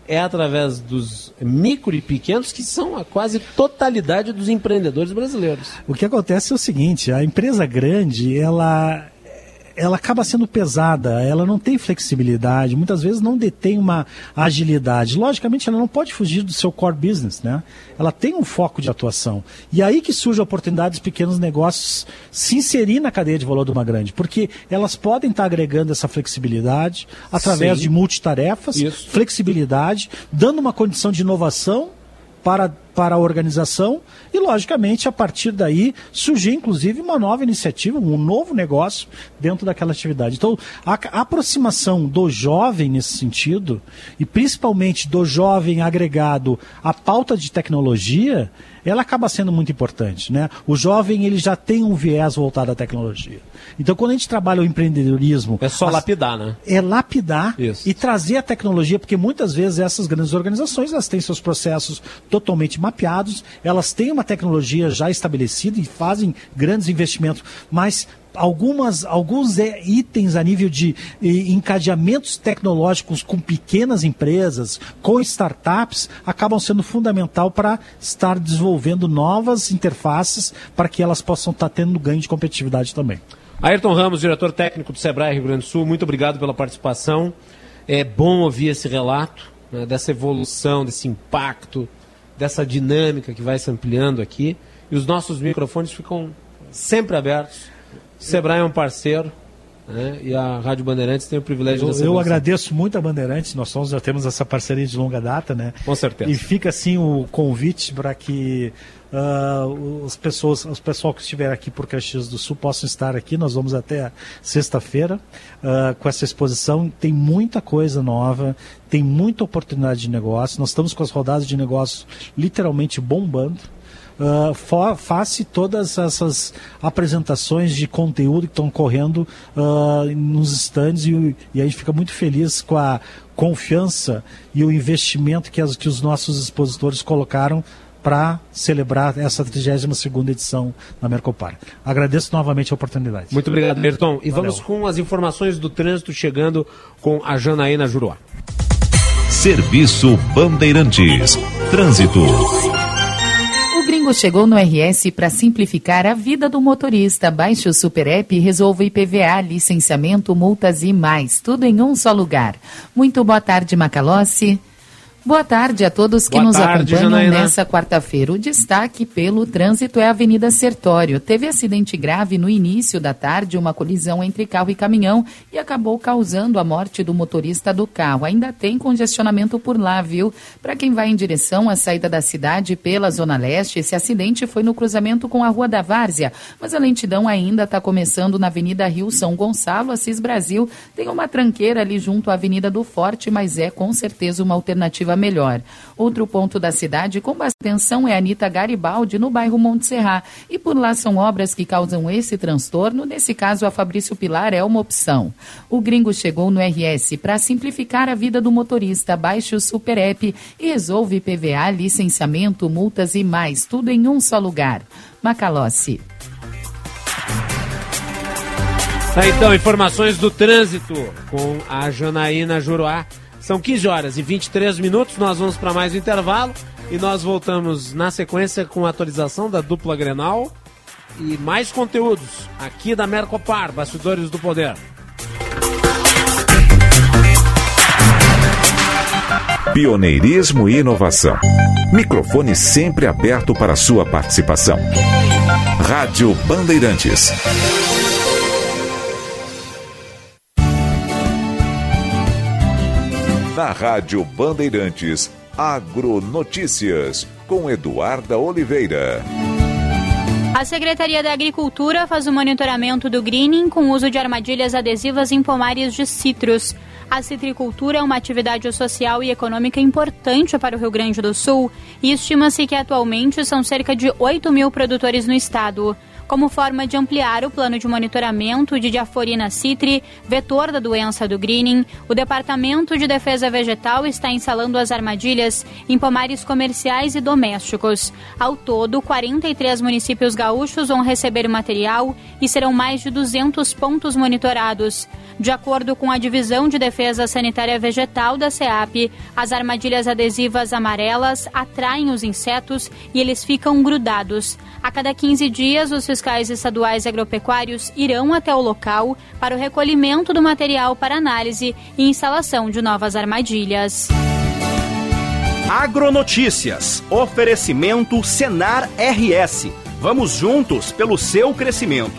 é através dos micro e pequenos, que são a quase totalidade dos empreendedores brasileiros. O que acontece é o seguinte, a empresa grande, ela acaba sendo pesada, ela não tem flexibilidade, muitas vezes não detém uma agilidade. Logicamente, ela não pode fugir do seu core business, né? Ela tem um foco de atuação. E aí que surge a oportunidade dos pequenos negócios se inserir na cadeia de valor de uma grande, porque elas podem estar agregando essa flexibilidade através de multitarefas, flexibilidade, dando uma condição de inovação para a organização e, logicamente, a partir daí surgir, inclusive, uma nova iniciativa, um novo negócio dentro daquela atividade. Então, a aproximação do jovem nesse sentido, e principalmente do jovem agregado à pauta de tecnologia, ela acaba sendo muito importante, né? O jovem, ele já tem um viés voltado à tecnologia. Então, quando a gente trabalha o empreendedorismo... É só lapidar, né? É lapidar e trazer a tecnologia, porque muitas vezes essas grandes organizações, elas têm seus processos totalmente mapeados, elas têm uma tecnologia já estabelecida e fazem grandes investimentos, mas alguns itens a nível de encadeamentos tecnológicos com pequenas empresas, com startups, acabam sendo fundamental para estar desenvolvendo novas interfaces para que elas possam estar tendo ganho de competitividade também. Ayrton Ramos, diretor técnico do Sebrae Rio Grande do Sul, muito obrigado pela participação. É bom ouvir esse relato, né, dessa evolução, desse impacto, dessa dinâmica que vai se ampliando aqui. E os nossos microfones ficam sempre abertos. O Sebrae é um parceiro, né, e a Rádio Bandeirantes tem o privilégio de... Eu agradeço muito a Bandeirantes, nós já temos essa parceria de longa data, né? Com certeza. E fica assim o convite para que o pessoal que estiver aqui por Caxias do Sul possam estar aqui. Nós vamos até sexta-feira com essa exposição. Tem muita coisa nova, tem muita oportunidade de negócio. Nós estamos com as rodadas de negócios literalmente bombando. Face todas essas apresentações de conteúdo que estão correndo nos stands e a gente fica muito feliz com a confiança e o investimento que os nossos expositores colocaram para celebrar essa 32ª edição da Mercopar. Agradeço novamente a oportunidade. Muito obrigado, Ayrton. E vamos com as informações do trânsito chegando com a Janaína Juruá. Serviço Bandeirantes. Trânsito. O Gringo chegou no RS para simplificar a vida do motorista. Baixe o Super App e resolva IPVA, licenciamento, multas e mais. Tudo em um só lugar. Muito boa tarde, Macalossi. Boa tarde a todos que nos acompanham nessa quarta-feira. O destaque pelo trânsito é a Avenida Sertório. Teve acidente grave no início da tarde, uma colisão entre carro e caminhão e acabou causando a morte do motorista do carro. Ainda tem congestionamento por lá, viu? Para quem vai em direção à saída da cidade pela Zona Leste, esse acidente foi no cruzamento com a Rua da Várzea, mas a lentidão ainda está começando na Avenida Rio São Gonçalo, Assis Brasil. Tem uma tranqueira ali junto à Avenida do Forte, mas é com certeza uma alternativa melhor. Outro ponto da cidade com bastante atenção é a Anita Garibaldi, no bairro Monte Serra. E por lá são obras que causam esse transtorno. Nesse caso, a Fabrício Pilar é uma opção. O Gringo chegou no RS para simplificar a vida do motorista. Baixe o Super App e resolve IPVA, licenciamento, multas e mais. Tudo em um só lugar. Macalossi. Então, informações do trânsito com a Janaína Juruá. São 15 horas e 23 minutos, nós vamos para mais um intervalo e nós voltamos na sequência com a atualização da dupla Grenal e mais conteúdos aqui da Mercopar, Bastidores do Poder. Pioneirismo e inovação. Microfone sempre aberto para sua participação. Rádio Bandeirantes. Na Rádio Bandeirantes, Agronotícias, com Eduarda Oliveira. A Secretaria da Agricultura faz o monitoramento do greening com uso de armadilhas adesivas em pomares de citros. A citricultura é uma atividade social e econômica importante para o Rio Grande do Sul e estima-se que atualmente são cerca de 8 mil produtores no estado. Como forma de ampliar o plano de monitoramento de diaforina citri, vetor da doença do greening, o Departamento de Defesa Vegetal está instalando as armadilhas em pomares comerciais e domésticos. Ao todo, 43 municípios gaúchos vão receber material e serão mais de 200 pontos monitorados. De acordo com a Divisão de Defesa Sanitária Vegetal da SEAP, as armadilhas adesivas amarelas atraem os insetos e eles ficam grudados. A cada 15 dias, os fiscais estaduais agropecuários irão até o local para o recolhimento do material para análise e instalação de novas armadilhas. Agronotícias. Oferecimento Senar RS. Vamos juntos pelo seu crescimento.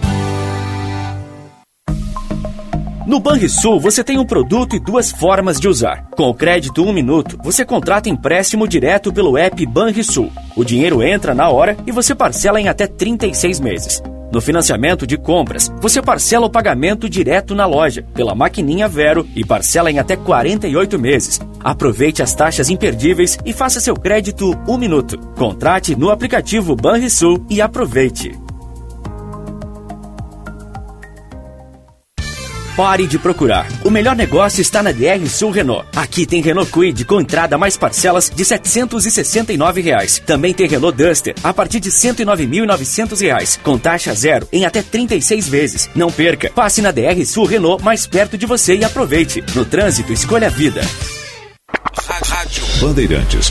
No Banrisul, você tem um produto e duas formas de usar. Com o crédito 1 minuto, você contrata empréstimo direto pelo app Banrisul. O dinheiro entra na hora e você parcela em até 36 meses. No financiamento de compras, você parcela o pagamento direto na loja, pela maquininha Vero, e parcela em até 48 meses. Aproveite as taxas imperdíveis e faça seu crédito 1 minuto. Contrate no aplicativo Banrisul e aproveite. Pare de procurar. O melhor negócio está na DR Sul Renault. Aqui tem Renault Kwid com entrada mais parcelas de R$ 769. Também tem Renault Duster a partir de R$ 109.900, com taxa zero em até 36 vezes. Não perca. Passe na DR Sul Renault mais perto de você e aproveite. No trânsito, escolha a vida. Rádio Bandeirantes.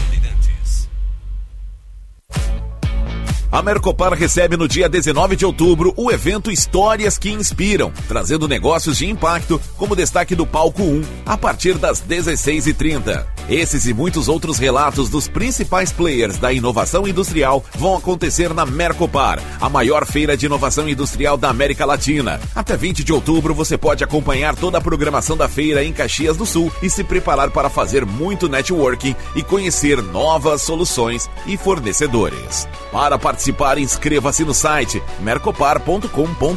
A Mercopar recebe no dia 19 de outubro o evento Histórias que Inspiram, trazendo negócios de impacto como destaque do Palco 1, a partir das 16h30. Esses e muitos outros relatos dos principais players da inovação industrial vão acontecer na Mercopar, a maior feira de inovação industrial da América Latina. Até 20 de outubro você pode acompanhar toda a programação da feira em Caxias do Sul e se preparar para fazer muito networking e conhecer novas soluções e fornecedores. Para participar, inscreva-se no site mercopar.com.br.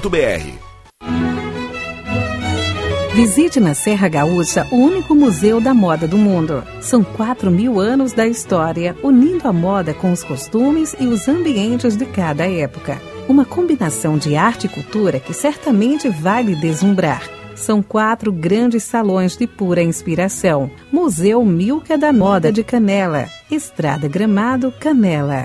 Visite na Serra Gaúcha o único museu da moda do mundo. São 4.000 anos da história, unindo a moda com os costumes e os ambientes de cada época. Uma combinação de arte e cultura que certamente vai lhe deslumbrar. São 4 grandes salões de pura inspiração. Museu Milka da Moda de Canela. Estrada Gramado, Canela.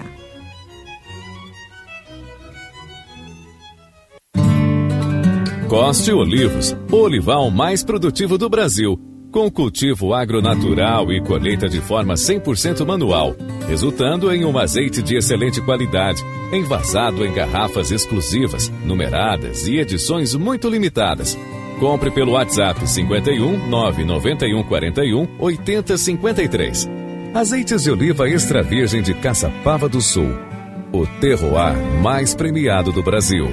Coste Olivos, o olival mais produtivo do Brasil, com cultivo agronatural e colheita de forma 100% manual, resultando em um azeite de excelente qualidade, envasado em garrafas exclusivas, numeradas e edições muito limitadas. Compre pelo WhatsApp 51 991 41 80 53. Azeites de oliva extra virgem de Caçapava do Sul, o terroir mais premiado do Brasil.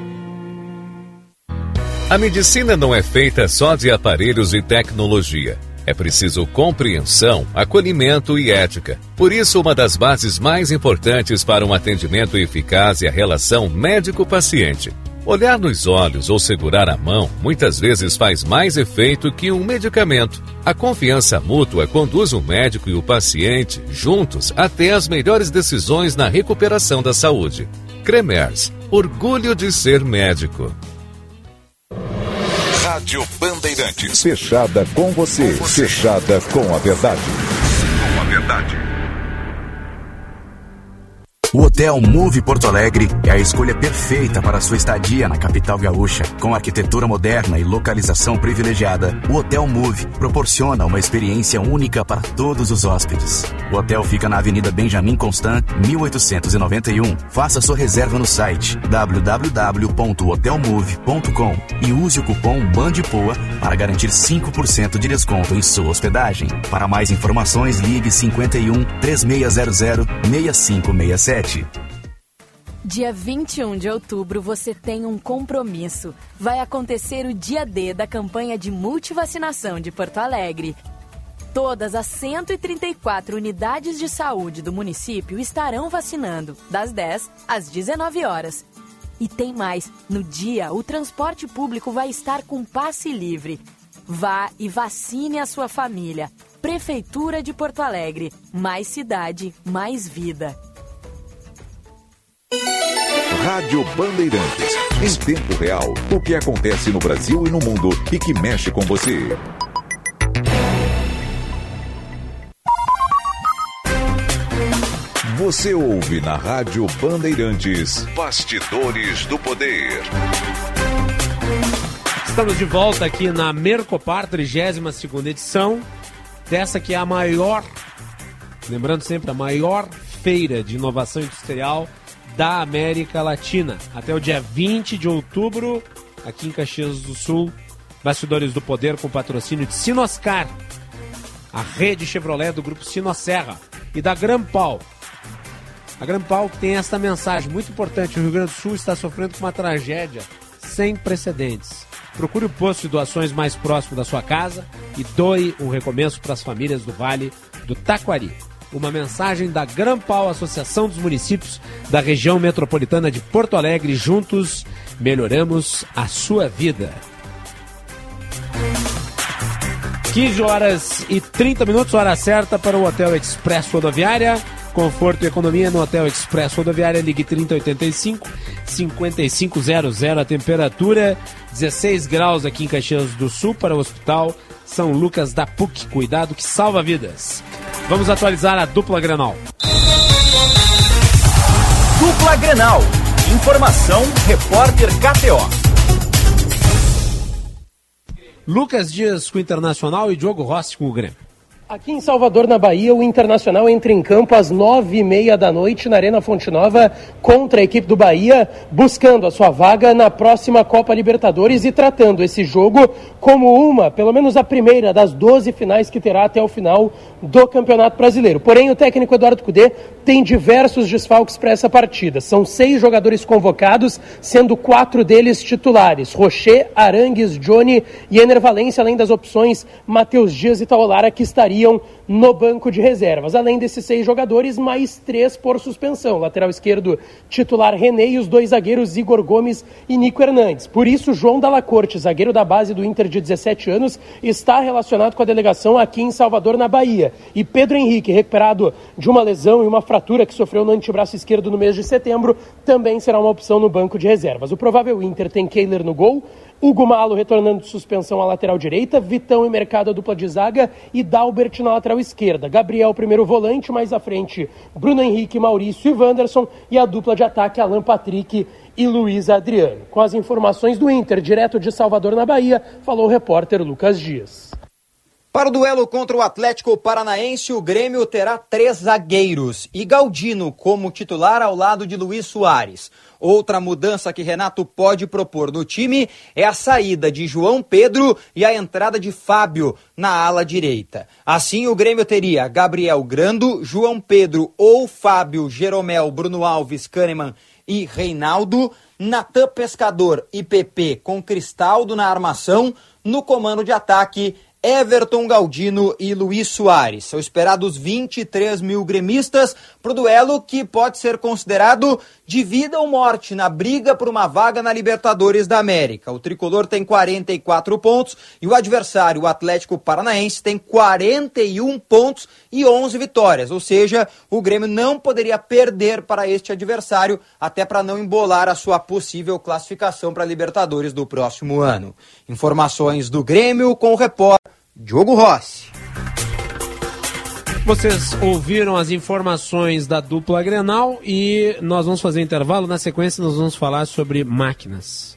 A medicina não é feita só de aparelhos e tecnologia. É preciso compreensão, acolhimento e ética. Por isso, uma das bases mais importantes para um atendimento eficaz é a relação médico-paciente. Olhar nos olhos ou segurar a mão muitas vezes faz mais efeito que um medicamento. A confiança mútua conduz o médico e o paciente juntos até as melhores decisões na recuperação da saúde. Cremers, orgulho de ser médico. Rádio Bandeirantes. Fechada com você. Fechada com a verdade. Com a verdade. O Hotel Move Porto Alegre é a escolha perfeita para sua estadia na capital gaúcha. Com arquitetura moderna e localização privilegiada, o Hotel Move proporciona uma experiência única para todos os hóspedes. O hotel fica na Avenida Benjamin Constant, 1891. Faça sua reserva no site www.hotelmove.com e use o cupom BANDPOA para garantir 5% de desconto em sua hospedagem. Para mais informações, ligue 51 3600 6567. Dia 21 de outubro você tem um compromisso. Vai acontecer o Dia D da campanha de multivacinação de Porto Alegre. Todas as 134 unidades de saúde do município estarão vacinando, das 10 às 19 horas. E tem mais, no dia o transporte público vai estar com passe livre. Vá e vacine a sua família. Prefeitura de Porto Alegre, mais cidade, mais vida. Rádio Bandeirantes. Em tempo real, o que acontece no Brasil e no mundo e que mexe com você. Você ouve na Rádio Bandeirantes Bastidores do Poder. Estamos de volta aqui na Mercopar, 32ª edição, dessa que é a maior, lembrando sempre, a maior feira de inovação industrial da América Latina. Até o dia 20 de outubro, aqui em Caxias do Sul, Bastidores do Poder com patrocínio de Sinoscar, a rede Chevrolet do grupo Sinosserra e da Grampal. A Grampal tem esta mensagem muito importante: o Rio Grande do Sul está sofrendo com uma tragédia sem precedentes. Procure o posto de doações mais próximo da sua casa e doe um recomeço para as famílias do Vale do Taquari. Uma mensagem da Grampal, Associação dos Municípios da Região Metropolitana de Porto Alegre. Juntos melhoramos a sua vida. 15h30, hora certa para o Hotel Express Rodoviária. Conforto e economia no Hotel Express Rodoviária. Ligue 3085-5500. A temperatura 16 graus aqui em Caxias do Sul. Para o Hospital São Lucas da PUC. Cuidado que salva vidas. Vamos atualizar a dupla Grenal. Dupla Grenal. Informação, repórter KTO. Lucas Dias com o Internacional e Diogo Rossi com o Grêmio. Aqui em Salvador, na Bahia, o Internacional entra em campo às 9h30 da noite na Arena Fonte Nova contra a equipe do Bahia, buscando a sua vaga na próxima Copa Libertadores e tratando esse jogo como pelo menos a primeira das 12 finais que terá até o final do Campeonato Brasileiro. Porém, o técnico Eduardo Cudê tem diversos desfalques para essa partida. São 6 jogadores convocados, sendo 4 deles titulares: Rocher, Arangues, Johnny e Ener Valencia, além das opções Matheus Dias e Taolara, que estariam no banco de reservas. Além desses 6 jogadores, mais 3 por suspensão. Lateral esquerdo titular René e os 2 zagueiros Igor Gomes e Nico Hernandes. Por isso, João Dalla Corte, zagueiro da base do Inter de 17 anos, está relacionado com a delegação aqui em Salvador, na Bahia. E Pedro Henrique, recuperado de uma lesão e uma fratura que sofreu no antebraço esquerdo no mês de setembro, também será uma opção no banco de reservas. O provável Inter tem Kehler no gol, Hugo Malo retornando de suspensão à lateral direita, Vitão em mercado a dupla de zaga e Dalbert na lateral esquerda. Gabriel primeiro volante, mais à frente Bruno Henrique, Maurício e Wanderson, e a dupla de ataque Alan Patrick e Luiz Adriano. Com as informações do Inter, direto de Salvador, na Bahia, falou o repórter Lucas Dias. Para o duelo contra o Atlético Paranaense, o Grêmio terá 3 zagueiros e Galdino como titular ao lado de Luiz Soares. Outra mudança que Renato pode propor no time é a saída de João Pedro e a entrada de Fábio na ala direita. Assim, o Grêmio teria Gabriel Grando, João Pedro ou Fábio, Jeromel, Bruno Alves, Kahneman e Reinaldo, Natan Pescador e PP com Cristaldo na armação, no comando de ataque Everton, Galdino e Luiz Soares. São esperados 23 mil gremistas para o duelo que pode ser considerado de vida ou morte na briga por uma vaga na Libertadores da América. O tricolor tem 44 pontos e o adversário, o Atlético Paranaense, tem 41 pontos e 11 vitórias. Ou seja, o Grêmio não poderia perder para este adversário, até para não embolar a sua possível classificação para a Libertadores do próximo ano. Informações do Grêmio com o repórter Diogo Rossi. Vocês ouviram as informações da dupla Grenal e nós vamos fazer intervalo. Na sequência nós vamos falar sobre máquinas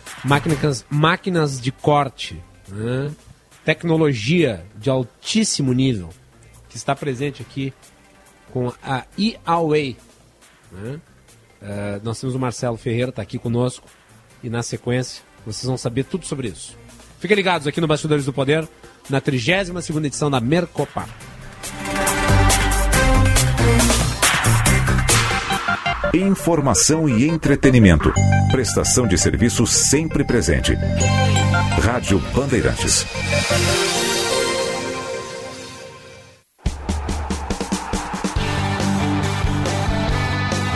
de corte, né? Tecnologia de altíssimo nível que está presente aqui com a eAway, né? Nós temos o Marcelo Ferreira, está aqui conosco, e na sequência vocês vão saber tudo sobre isso. Fiquem ligados aqui no Bastidores do Poder, na 32ª edição da Mercopar. Informação e entretenimento. Prestação de serviço sempre presente. Rádio Bandeirantes.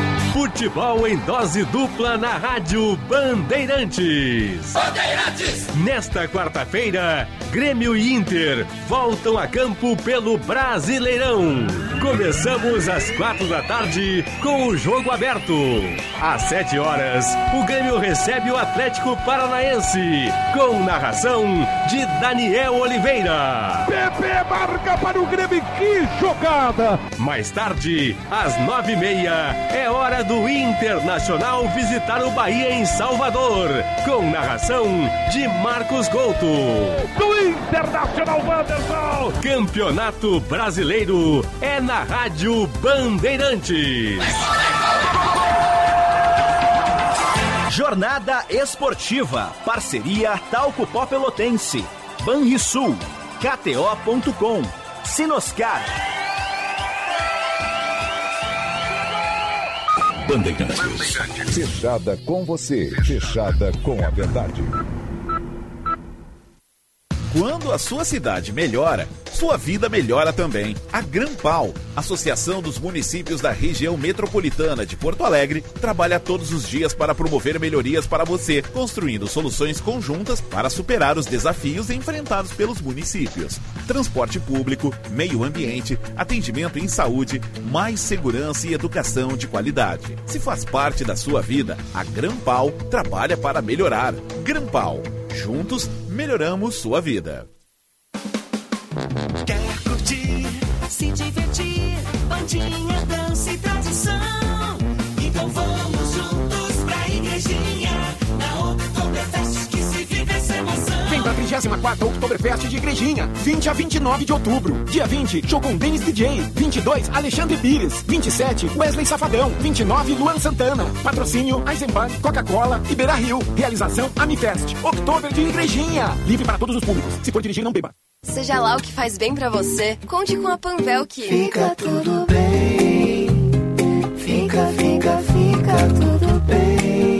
Futebol em dose dupla na Rádio Bandeirantes. Bandeirantes! Nesta quarta-feira, Grêmio e Inter voltam a campo pelo Brasileirão. Começamos às 4 da tarde com o jogo aberto. Às 7 horas, o Grêmio recebe o Atlético Paranaense, com narração de Daniel Oliveira. Pepe marca para o Grêmio, que jogada! Mais tarde, às 9h30, é hora do Internacional visitar o Bahia em Salvador, com narração de Marcos Couto. Do Internacional, Wanderson! Campeonato Brasileiro é na Rádio Bandeirantes. Jornada Esportiva. Parceria Talco Pó Pelotense, Banrisul, KTO.com, Sinoscar. Bandeirantes. Fechada com você, fechada com a verdade. Quando a sua cidade melhora, sua vida melhora também. A Grampal, Associação dos Municípios da Região Metropolitana de Porto Alegre, trabalha todos os dias para promover melhorias para você, construindo soluções conjuntas para superar os desafios enfrentados pelos municípios. Transporte público, meio ambiente, atendimento em saúde, mais segurança e educação de qualidade. Se faz parte da sua vida, a Grampal trabalha para melhorar. Grampal. Juntos, melhoramos sua vida. Quer curtir, se divertir, bandinha, dança e tradição. Então vamos juntos pra igrejinha, na Oktoberfest que se vive essa emoção. Vem pra 34ª Oktoberfest de Igrejinha, 20 a 29 de outubro. Dia 20, show com Denis DJ. 22, Alexandre Pires. 27, Wesley Safadão. 29, Luan Santana. Patrocínio Eisenbahn, Coca-Cola e Beira Rio. Realização Amifest. Oktober de Igrejinha. Livre para todos os públicos. Se for dirigir, não beba. Seja lá o que faz bem pra você, conte com a Panvel que... Fica tudo bem. Fica tudo bem.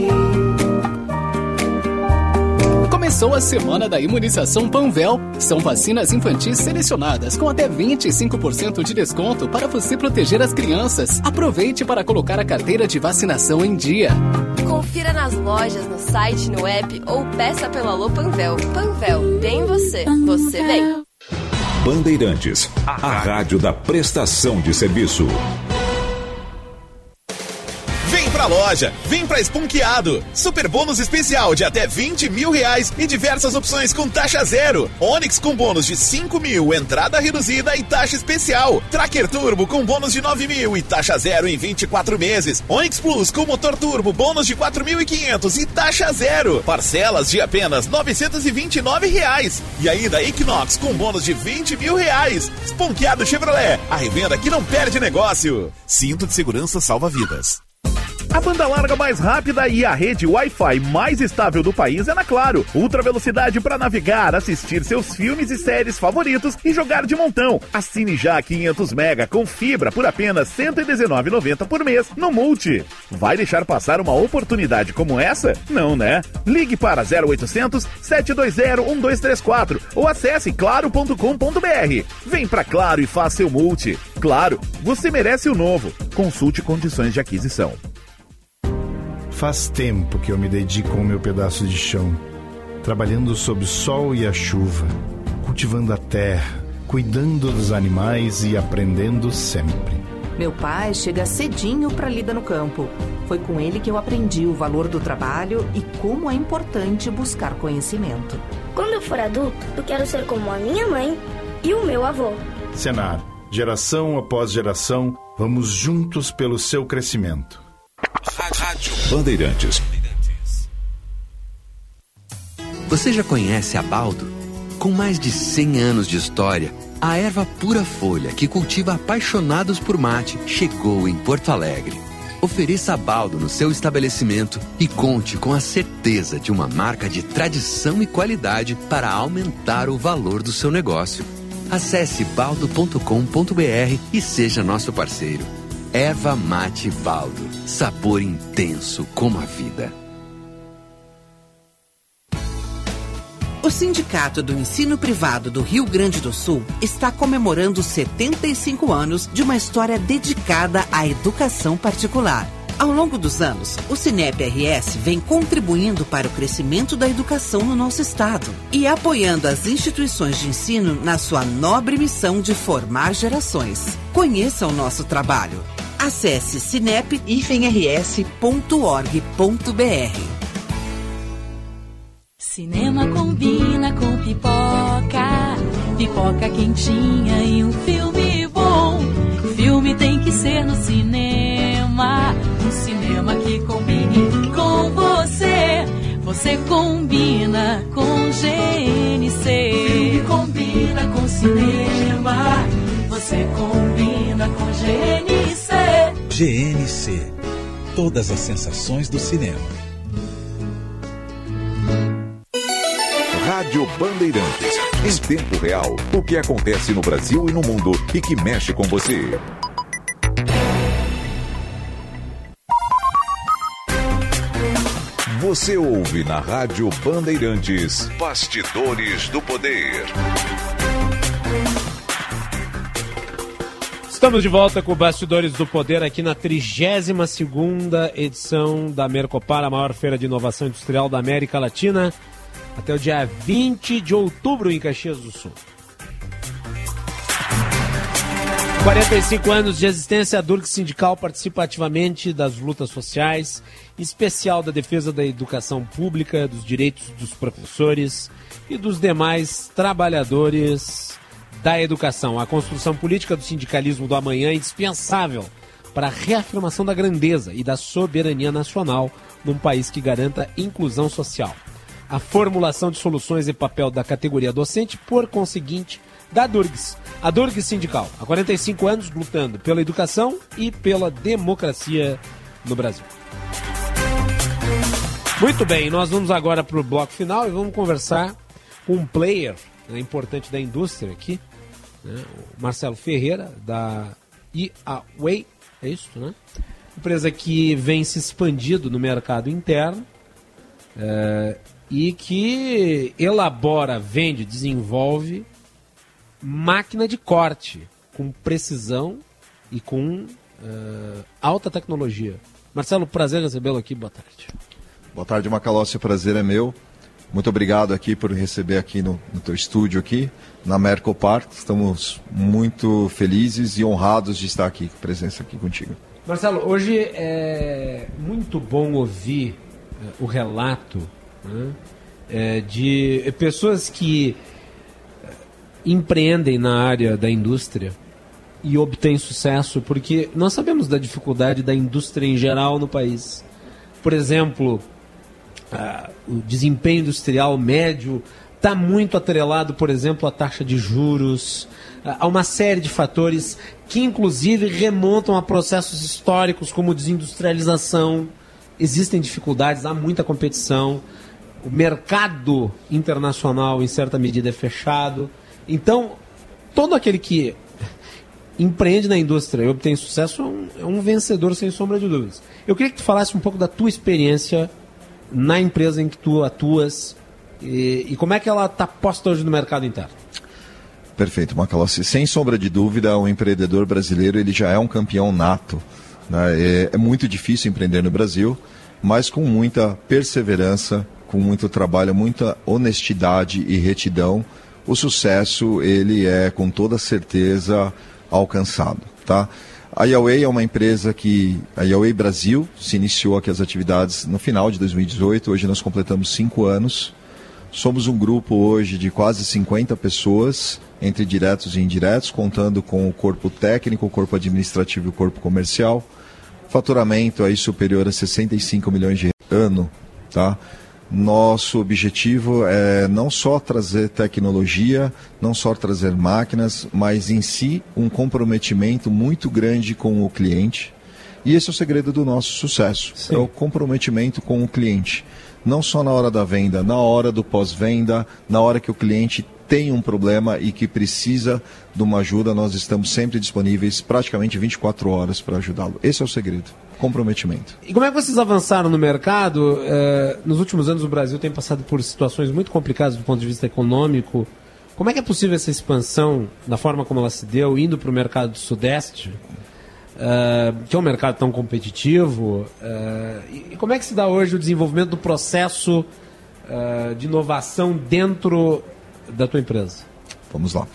Começou a semana da imunização Panvel. São vacinas infantis selecionadas com até 25% de desconto para você proteger as crianças. Aproveite para colocar a carteira de vacinação em dia. Confira nas lojas, no site, no app ou peça pelo Alô Panvel. Panvel, bem você. Você vem. Bandeirantes, a rádio da prestação de serviço. Vem pra loja, vem pra Esponqueado. Super bônus especial de até R$20 mil e diversas opções com taxa zero. Onix com bônus de 5 mil, entrada reduzida e taxa especial. Tracker Turbo com bônus de 9 mil e taxa zero em 24 meses. Onix Plus com motor turbo, bônus de 4.500 e taxa zero. Parcelas de apenas R$929. E ainda Equinox com bônus de R$20 mil. Esponqueado Chevrolet, a revenda que não perde negócio. Cinto de segurança salva vidas. A banda larga mais rápida e a rede Wi-Fi mais estável do país é na Claro. Ultra velocidade para navegar, assistir seus filmes e séries favoritos e jogar de montão. Assine já 500 mega com fibra por apenas R$ 119,90 por mês no Multi. Vai deixar passar uma oportunidade como essa? Não, né? Ligue para 0800 720 1234 ou acesse claro.com.br. Vem pra Claro e faça seu Multi. Claro, você merece o novo. Consulte condições de aquisição. Faz tempo que eu me dedico ao meu pedaço de chão, trabalhando sob o sol e a chuva, cultivando a terra, cuidando dos animais e aprendendo sempre. Meu pai chega cedinho para lida no campo. Foi com ele que eu aprendi o valor do trabalho e como é importante buscar conhecimento. Quando eu for adulto, eu quero ser como a minha mãe e o meu avô. Senar, geração após geração, vamos juntos pelo seu crescimento. Rádio Bandeirantes. Você já conhece a Baldo? Com mais de 100 anos de história, a erva pura folha que cultiva apaixonados por mate chegou em Porto Alegre. Ofereça a Baldo no seu estabelecimento e conte com a certeza de uma marca de tradição e qualidade para aumentar o valor do seu negócio. Acesse baldo.com.br e seja nosso parceiro. Erva Mate Baldo, sabor intenso como a vida. O Sindicato do Ensino Privado do Rio Grande do Sul está comemorando 75 anos de uma história dedicada à educação particular. Ao longo dos anos, o Cinep-RS vem contribuindo para o crescimento da educação no nosso estado e apoiando as instituições de ensino na sua nobre missão de formar gerações. Conheça o nosso trabalho. Acesse cinep-rs.org.br. Cinema combina com pipoca, pipoca quentinha e um filme bom. Filme tem que ser no cinema, um cinema que combine com você. Você combina com GNC. Filme combina com cinema, você combina com GNC. GNC. Todas as sensações do cinema. Rádio Bandeirantes. Em tempo real, o que acontece no Brasil e no mundo e que mexe com você. Você ouve na Rádio Bandeirantes Bastidores do Poder. Estamos de volta com o Bastidores do Poder aqui na 32ª edição da Mercopar, a maior feira de inovação industrial da América Latina, até o dia 20 de outubro em Caxias do Sul. 45 anos de existência, a Durgs Sindical participa ativamente das lutas sociais, em especial da defesa da educação pública, dos direitos dos professores e dos demais trabalhadores da educação. A construção política do sindicalismo do amanhã é indispensável para a reafirmação da grandeza e da soberania nacional num país que garanta inclusão social. A formulação de soluções e papel da categoria docente, por conseguinte, da Durgs. A Durgs Sindical, há 45 anos lutando pela educação e pela democracia no Brasil. Muito bem, nós vamos agora para o bloco final e vamos conversar com um player, né, importante da indústria aqui, né, o Marcelo Ferreira, da Iaway, é isso, né? Empresa que vem se expandindo no mercado interno e que elabora, vende, desenvolve máquina de corte com precisão e com alta tecnologia. Marcelo, prazer recebê-lo aqui, boa tarde. Boa tarde, Macalossi, o prazer é meu. Muito obrigado aqui por receber aqui no teu estúdio aqui, na Mercopar. Estamos muito felizes e honrados de estar aqui, presença aqui contigo. Marcelo, hoje é muito bom ouvir o relato, né, de pessoas que empreendem na área da indústria e obtêm sucesso, porque nós sabemos da dificuldade da indústria em geral no país. Por exemplo, o desempenho industrial médio está muito atrelado, por exemplo, à taxa de juros, a uma série de fatores que inclusive remontam a processos históricos como desindustrialização. Existem dificuldades, há muita competição, o mercado internacional em certa medida é fechado. Então, todo aquele que empreende na indústria e obtém sucesso é um vencedor sem sombra de dúvidas. Eu queria que tu falasse um pouco da tua experiência na empresa em que tu atuas e como é que ela está posta hoje no mercado interno. Perfeito, Macalossi. Sem sombra de dúvida, o empreendedor brasileiro ele já é um campeão nato, né? É muito difícil empreender no Brasil, mas com muita perseverança, com muito trabalho, muita honestidade e retidão, o sucesso ele é com toda certeza alcançado, tá? A Iaway é uma empresa que, a Iaway Brasil, se iniciou aqui as atividades no final de 2018, hoje nós completamos 5 anos. Somos um grupo hoje de quase 50 pessoas, entre diretos e indiretos, contando com o corpo técnico, o corpo administrativo e o corpo comercial. Faturamento aí superior a 65 milhões de ano, tá? Nosso objetivo é não só trazer tecnologia, não só trazer máquinas, mas em si um comprometimento muito grande com o cliente. E esse é o segredo do nosso sucesso, é o comprometimento com o cliente. Não só na hora da venda, na hora do pós-venda, na hora que o cliente tem um problema e que precisa de uma ajuda, nós estamos sempre disponíveis, praticamente 24 horas para ajudá-lo. Esse é o segredo, comprometimento. E como é que vocês avançaram no mercado? Nos últimos anos o Brasil tem passado por situações muito complicadas do ponto de vista econômico. Como é que é possível essa expansão, da forma como ela se deu, indo para o mercado do Sudeste, que é um mercado tão competitivo. E como é que se dá hoje o desenvolvimento do processo de inovação dentro da tua empresa? Vamos lá.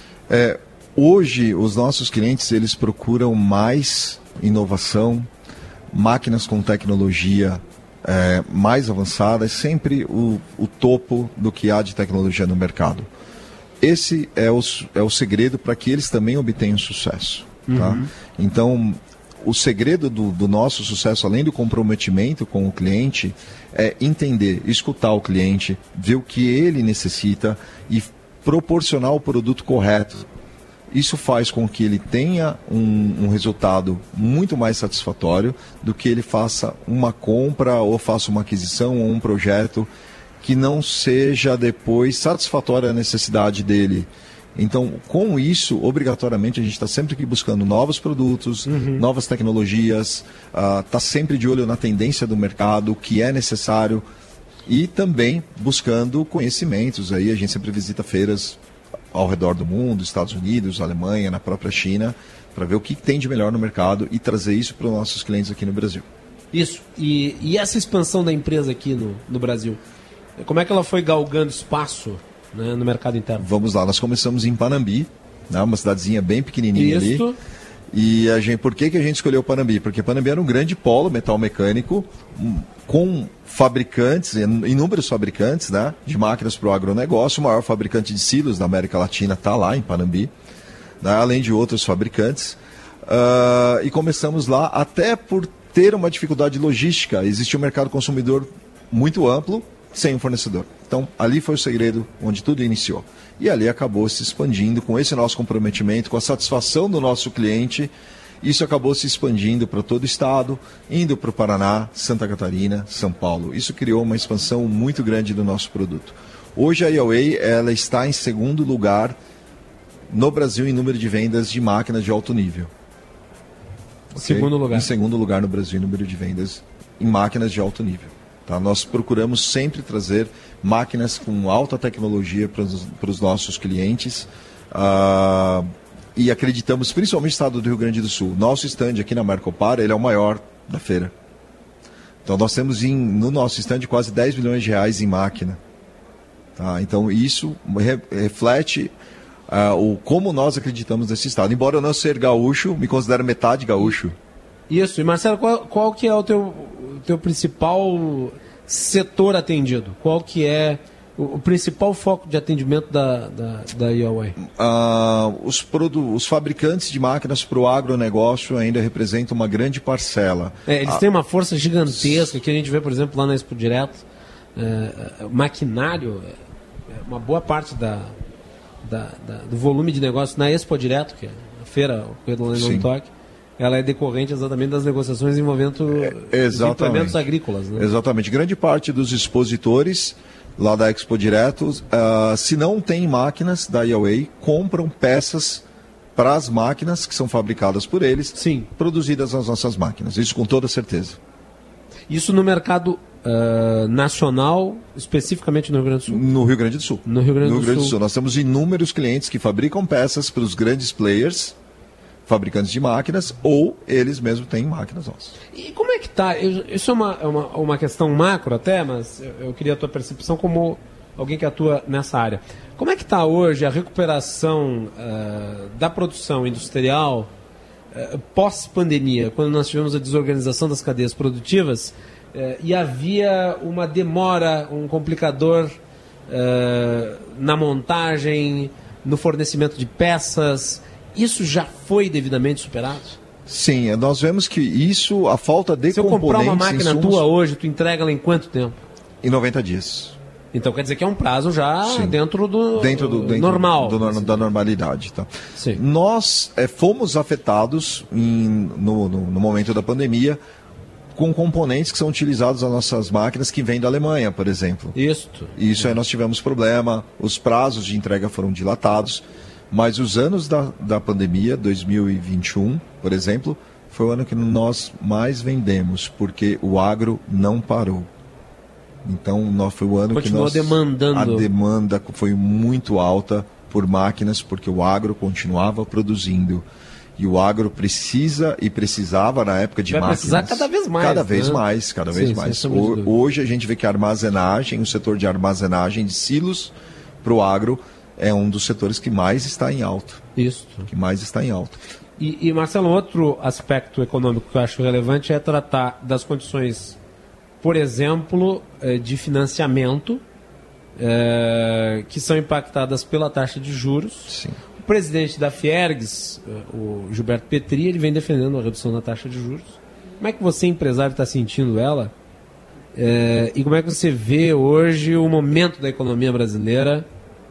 Hoje, os nossos clientes, eles procuram mais inovação, máquinas com tecnologia mais avançada, é sempre o topo do que há de tecnologia no mercado. Esse é o segredo para que eles também obtenham sucesso. Tá? Então, o segredo do nosso sucesso, além do comprometimento com o cliente, é entender, escutar o cliente, ver o que ele necessita e proporcionar o produto correto. Isso faz com que ele tenha um resultado muito mais satisfatório do que ele faça uma compra ou faça uma aquisição ou um projeto que não seja depois satisfatória à necessidade dele. Então, com isso, obrigatoriamente, a gente está sempre aqui buscando novos produtos, novas tecnologias, está sempre de olho na tendência do mercado, o que é necessário e também buscando conhecimentos. Aí a gente sempre visita feiras ao redor do mundo, Estados Unidos, Alemanha, na própria China, para ver o que tem de melhor no mercado e trazer isso para os nossos clientes aqui no Brasil. Isso. E essa expansão da empresa aqui no Brasil, como é que ela foi galgando espaço, né, no mercado interno? Vamos lá, nós começamos em Panambi, né, uma cidadezinha bem pequenininha ali. E por que a gente escolheu Panambi? Porque Panambi era um grande polo metal mecânico com fabricantes, inúmeros fabricantes, né, de máquinas para o agronegócio. O maior fabricante de silos da América Latina está lá em Panambi, né, além de outros fabricantes. E começamos lá até por ter uma dificuldade logística. Existia um mercado consumidor muito amplo, sem um fornecedor. Então, ali foi o segredo onde tudo iniciou. E ali acabou se expandindo com esse nosso comprometimento, com a satisfação do nosso cliente. Isso acabou se expandindo para todo o estado, indo para o Paraná, Santa Catarina, São Paulo. Isso criou uma expansão muito grande do nosso produto. Hoje a Yaway, ela está em segundo lugar no Brasil em número de vendas de máquinas de alto nível. Segundo lugar. Em segundo lugar no Brasil em número de vendas em máquinas de alto nível. Tá? Nós procuramos sempre trazer máquinas com alta tecnologia para os nossos clientes e acreditamos, principalmente no estado do Rio Grande do Sul. Nosso stand aqui na Marcopar, ele é o maior da feira. Então nós temos no nosso stand quase 10 milhões de reais em máquina. Tá? Então isso reflete como nós acreditamos nesse estado. Embora eu não ser gaúcho, me considero metade gaúcho. Isso. E Marcelo, qual que é o teu principal setor atendido? Qual que é o principal foco de atendimento da Yaway? Os fabricantes de máquinas para o agronegócio ainda representam uma grande parcela. Eles têm uma força gigantesca, que a gente vê, por exemplo, lá na Expo Direto. Maquinário, uma boa parte do volume de negócio na Expo Direto, que é a feira, o Pedro Leão Toque, ela é decorrente exatamente das negociações envolvendo os implementos agrícolas. Né? Exatamente. Grande parte dos expositores lá da Expo Direto, se não tem máquinas da Yaway, compram peças para as máquinas que são fabricadas por eles, produzidas nas nossas máquinas. Isso com toda certeza. Isso no mercado nacional, especificamente no Rio Grande do Sul? No Rio Grande do Sul. No Rio Grande do Sul. Nós temos inúmeros clientes que fabricam peças para os grandes players, fabricantes de máquinas, ou eles mesmos têm máquinas nossas. E como é que está? Isso é uma questão macro até, mas eu queria a tua percepção como alguém que atua nessa área. Como é que está hoje a recuperação da produção industrial pós-pandemia, quando nós tivemos a desorganização das cadeias produtivas e havia uma demora, um complicador na montagem, no fornecimento de peças? Isso já foi devidamente superado? Sim, nós vemos que isso, a falta de componentes... Se eu comprar uma máquina tua hoje, tu entrega ela em quanto tempo? Em 90 dias. Então quer dizer que é um prazo já dentro do normal. Da normalidade. Tá? Sim. Nós fomos afetados no momento da pandemia com componentes que são utilizados nas nossas máquinas que vêm da Alemanha, por exemplo. Isso aí nós tivemos problema, os prazos de entrega foram dilatados. Mas os anos da pandemia, 2021, por exemplo, foi o ano que nós mais vendemos, porque o agro não parou. Então, foi o ano que a demanda foi muito alta por máquinas, porque o agro continuava produzindo. E o agro precisa e precisava na época de máquinas. Vai precisar cada vez mais. Cada vez mais. Hoje a gente vê que a armazenagem, o setor de armazenagem de silos para o agro é um dos setores que mais está em alta. Isso. Que mais está em alta. E Marcelo, outro aspecto econômico que eu acho relevante é tratar das condições, por exemplo, de financiamento, que são impactadas pela taxa de juros. Sim. O presidente da Fiergs, o Gilberto Petri, ele vem defendendo a redução da taxa de juros. Como é que você, empresário, está sentindo ela? E como é que você vê hoje o momento da economia brasileira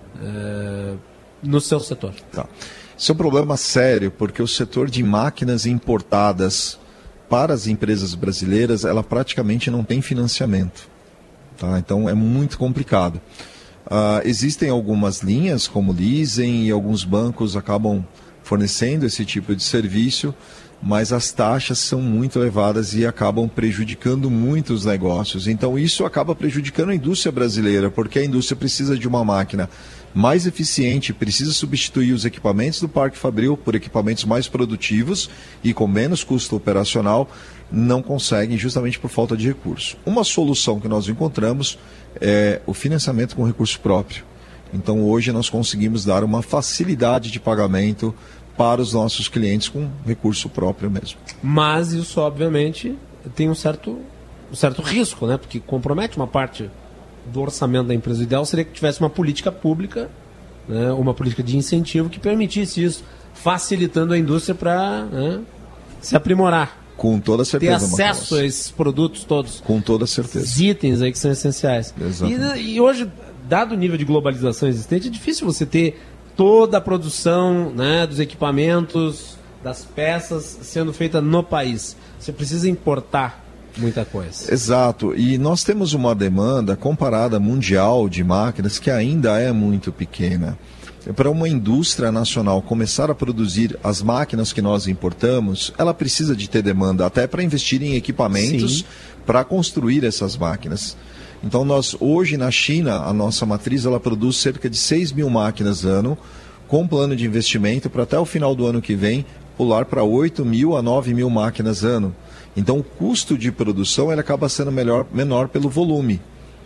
no seu setor? Tá. Isso é um problema sério, porque o setor de máquinas importadas para as empresas brasileiras, ela praticamente não tem financiamento. Tá? Então é muito complicado. Existem algumas linhas, como leasing, e alguns bancos acabam fornecendo esse tipo de serviço, mas as taxas são muito elevadas e acabam prejudicando muito os negócios. Então isso acaba prejudicando a indústria brasileira, porque a indústria precisa de uma máquina mais eficiente, precisa substituir os equipamentos do Parque Fabril por equipamentos mais produtivos e com menos custo operacional, não conseguem justamente por falta de recurso. Uma solução que nós encontramos é o financiamento com recurso próprio. Então hoje nós conseguimos dar uma facilidade de pagamento para os nossos clientes com recurso próprio mesmo. Mas isso obviamente tem um certo risco, né? Porque compromete uma parte do orçamento da empresa. O ideal seria que tivesse uma política pública, né, uma política de incentivo que permitisse isso, facilitando a indústria para se aprimorar. Com toda certeza. Ter acesso a esses produtos todos. Com toda certeza. Os itens aí que são essenciais. E hoje, dado o nível de globalização existente, é difícil você ter toda a produção, né, dos equipamentos, das peças sendo feita no país. Você precisa importar muita coisa. Exato. E nós temos uma demanda comparada mundial de máquinas que ainda é muito pequena. Para uma indústria nacional começar a produzir as máquinas que nós importamos, ela precisa de ter demanda até para investir em equipamentos para construir essas máquinas. Então nós hoje na China, a nossa matriz, ela produz cerca de 6 mil máquinas ano, com plano de investimento para até o final do ano que vem pular para 8 mil a 9 mil máquinas ano. Então o custo de produção ele acaba sendo menor pelo volume.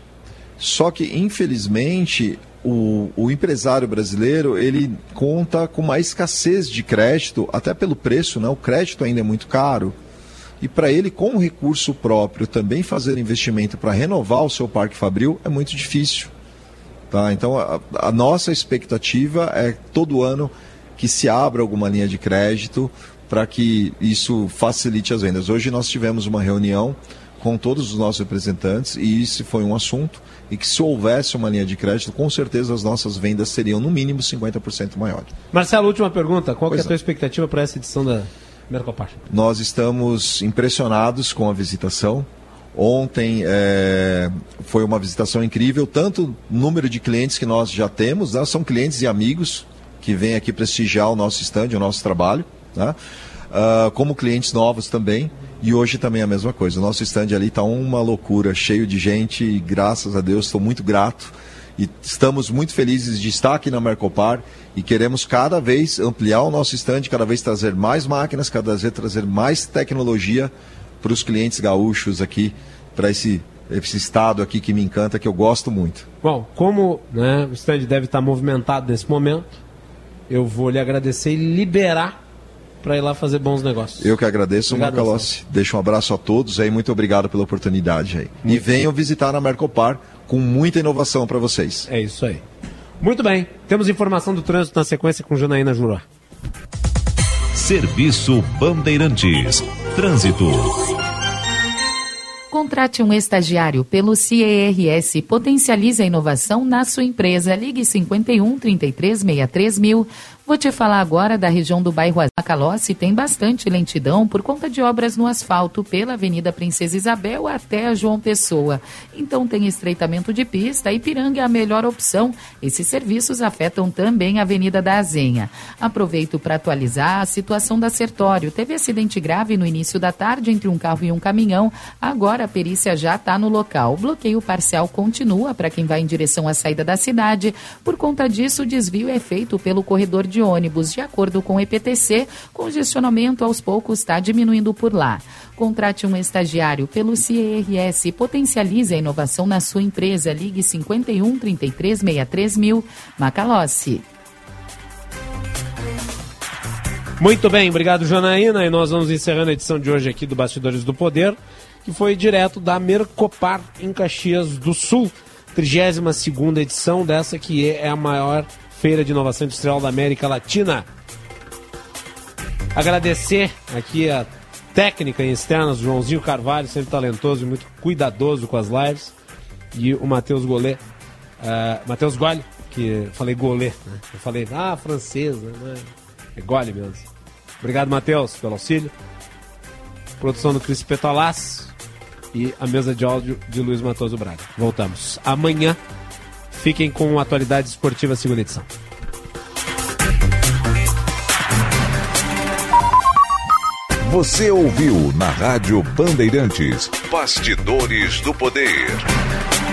Só que infelizmente o empresário brasileiro ele conta com uma escassez de crédito, até pelo preço, né? O crédito ainda é muito caro. E para ele, com recurso próprio, também fazer investimento para renovar o seu Parque Fabril é muito difícil. Tá? Então, a nossa expectativa é todo ano que se abra alguma linha de crédito para que isso facilite as vendas. Hoje nós tivemos uma reunião com todos os nossos representantes e isso foi um assunto e que se houvesse uma linha de crédito, com certeza as nossas vendas seriam no mínimo 50% maiores. Marcelo, última pergunta. Qual que é a tua expectativa para essa edição da Mercopar? Nós estamos impressionados com a visitação. Ontem foi uma visitação incrível, tanto o número de clientes que nós já temos, né? São clientes e amigos que vêm aqui prestigiar o nosso stand, o nosso trabalho, né? Como clientes novos também. E hoje também é a mesma coisa. O nosso stand ali está uma loucura, cheio de gente e graças a Deus estou muito grato. E estamos muito felizes de estar aqui na Mercopar e queremos cada vez ampliar o nosso stand, cada vez trazer mais máquinas, cada vez trazer mais tecnologia para os clientes gaúchos aqui, para esse estado aqui que me encanta, que eu gosto muito. Bom, como o stand deve estar movimentado nesse momento, eu vou lhe agradecer e liberar para ir lá fazer bons negócios. Eu que agradeço, Macalossi. Deixo um abraço a todos aí, muito obrigado pela oportunidade aí. E venham visitar na Mercopar com muita inovação para vocês. É isso aí. Muito bem, temos informação do trânsito na sequência com Janaína Juró. Serviço Bandeirantes. Trânsito. Contrate um estagiário pelo CERS. Potencialize a inovação na sua empresa. Ligue 51 33 63 mil. Vou te falar agora da região do bairro Macalossi. Tem bastante lentidão por conta de obras no asfalto pela Avenida Princesa Isabel até a João Pessoa. Então tem estreitamento de pista. Ipiranga é a melhor opção. Esses serviços afetam também a Avenida da Azenha. Aproveito para atualizar a situação da Sertório. Teve acidente grave no início da tarde entre um carro e um caminhão. Agora a perícia já está no local. O bloqueio parcial continua para quem vai em direção à saída da cidade. Por conta disso, o desvio é feito pelo corredor de ônibus. De acordo com o EPTC, congestionamento aos poucos está diminuindo por lá. Contrate um estagiário pelo CIRS e potencialize a inovação na sua empresa. Ligue 51 33 63 mil. Macalossi. Muito bem, obrigado, Janaína. E nós vamos encerrando a edição de hoje aqui do Bastidores do Poder, que foi direto da Mercopar em Caxias do Sul. 32ª edição dessa que é a maior feira de inovação industrial da América Latina. Agradecer aqui a técnica em externas, Joãozinho Carvalho, sempre talentoso e muito cuidadoso com as lives. E o Matheus Golé, Matheus Gole, que falei Golé, né? Eu falei, francês, né? É Gole mesmo. Obrigado, Matheus, pelo auxílio. Produção do Cris Petolas e a mesa de áudio de Luiz Matoso Braga. Voltamos amanhã. Fiquem com Atualidades Esportivas, segunda edição. Você ouviu na Rádio Bandeirantes Bastidores do Poder.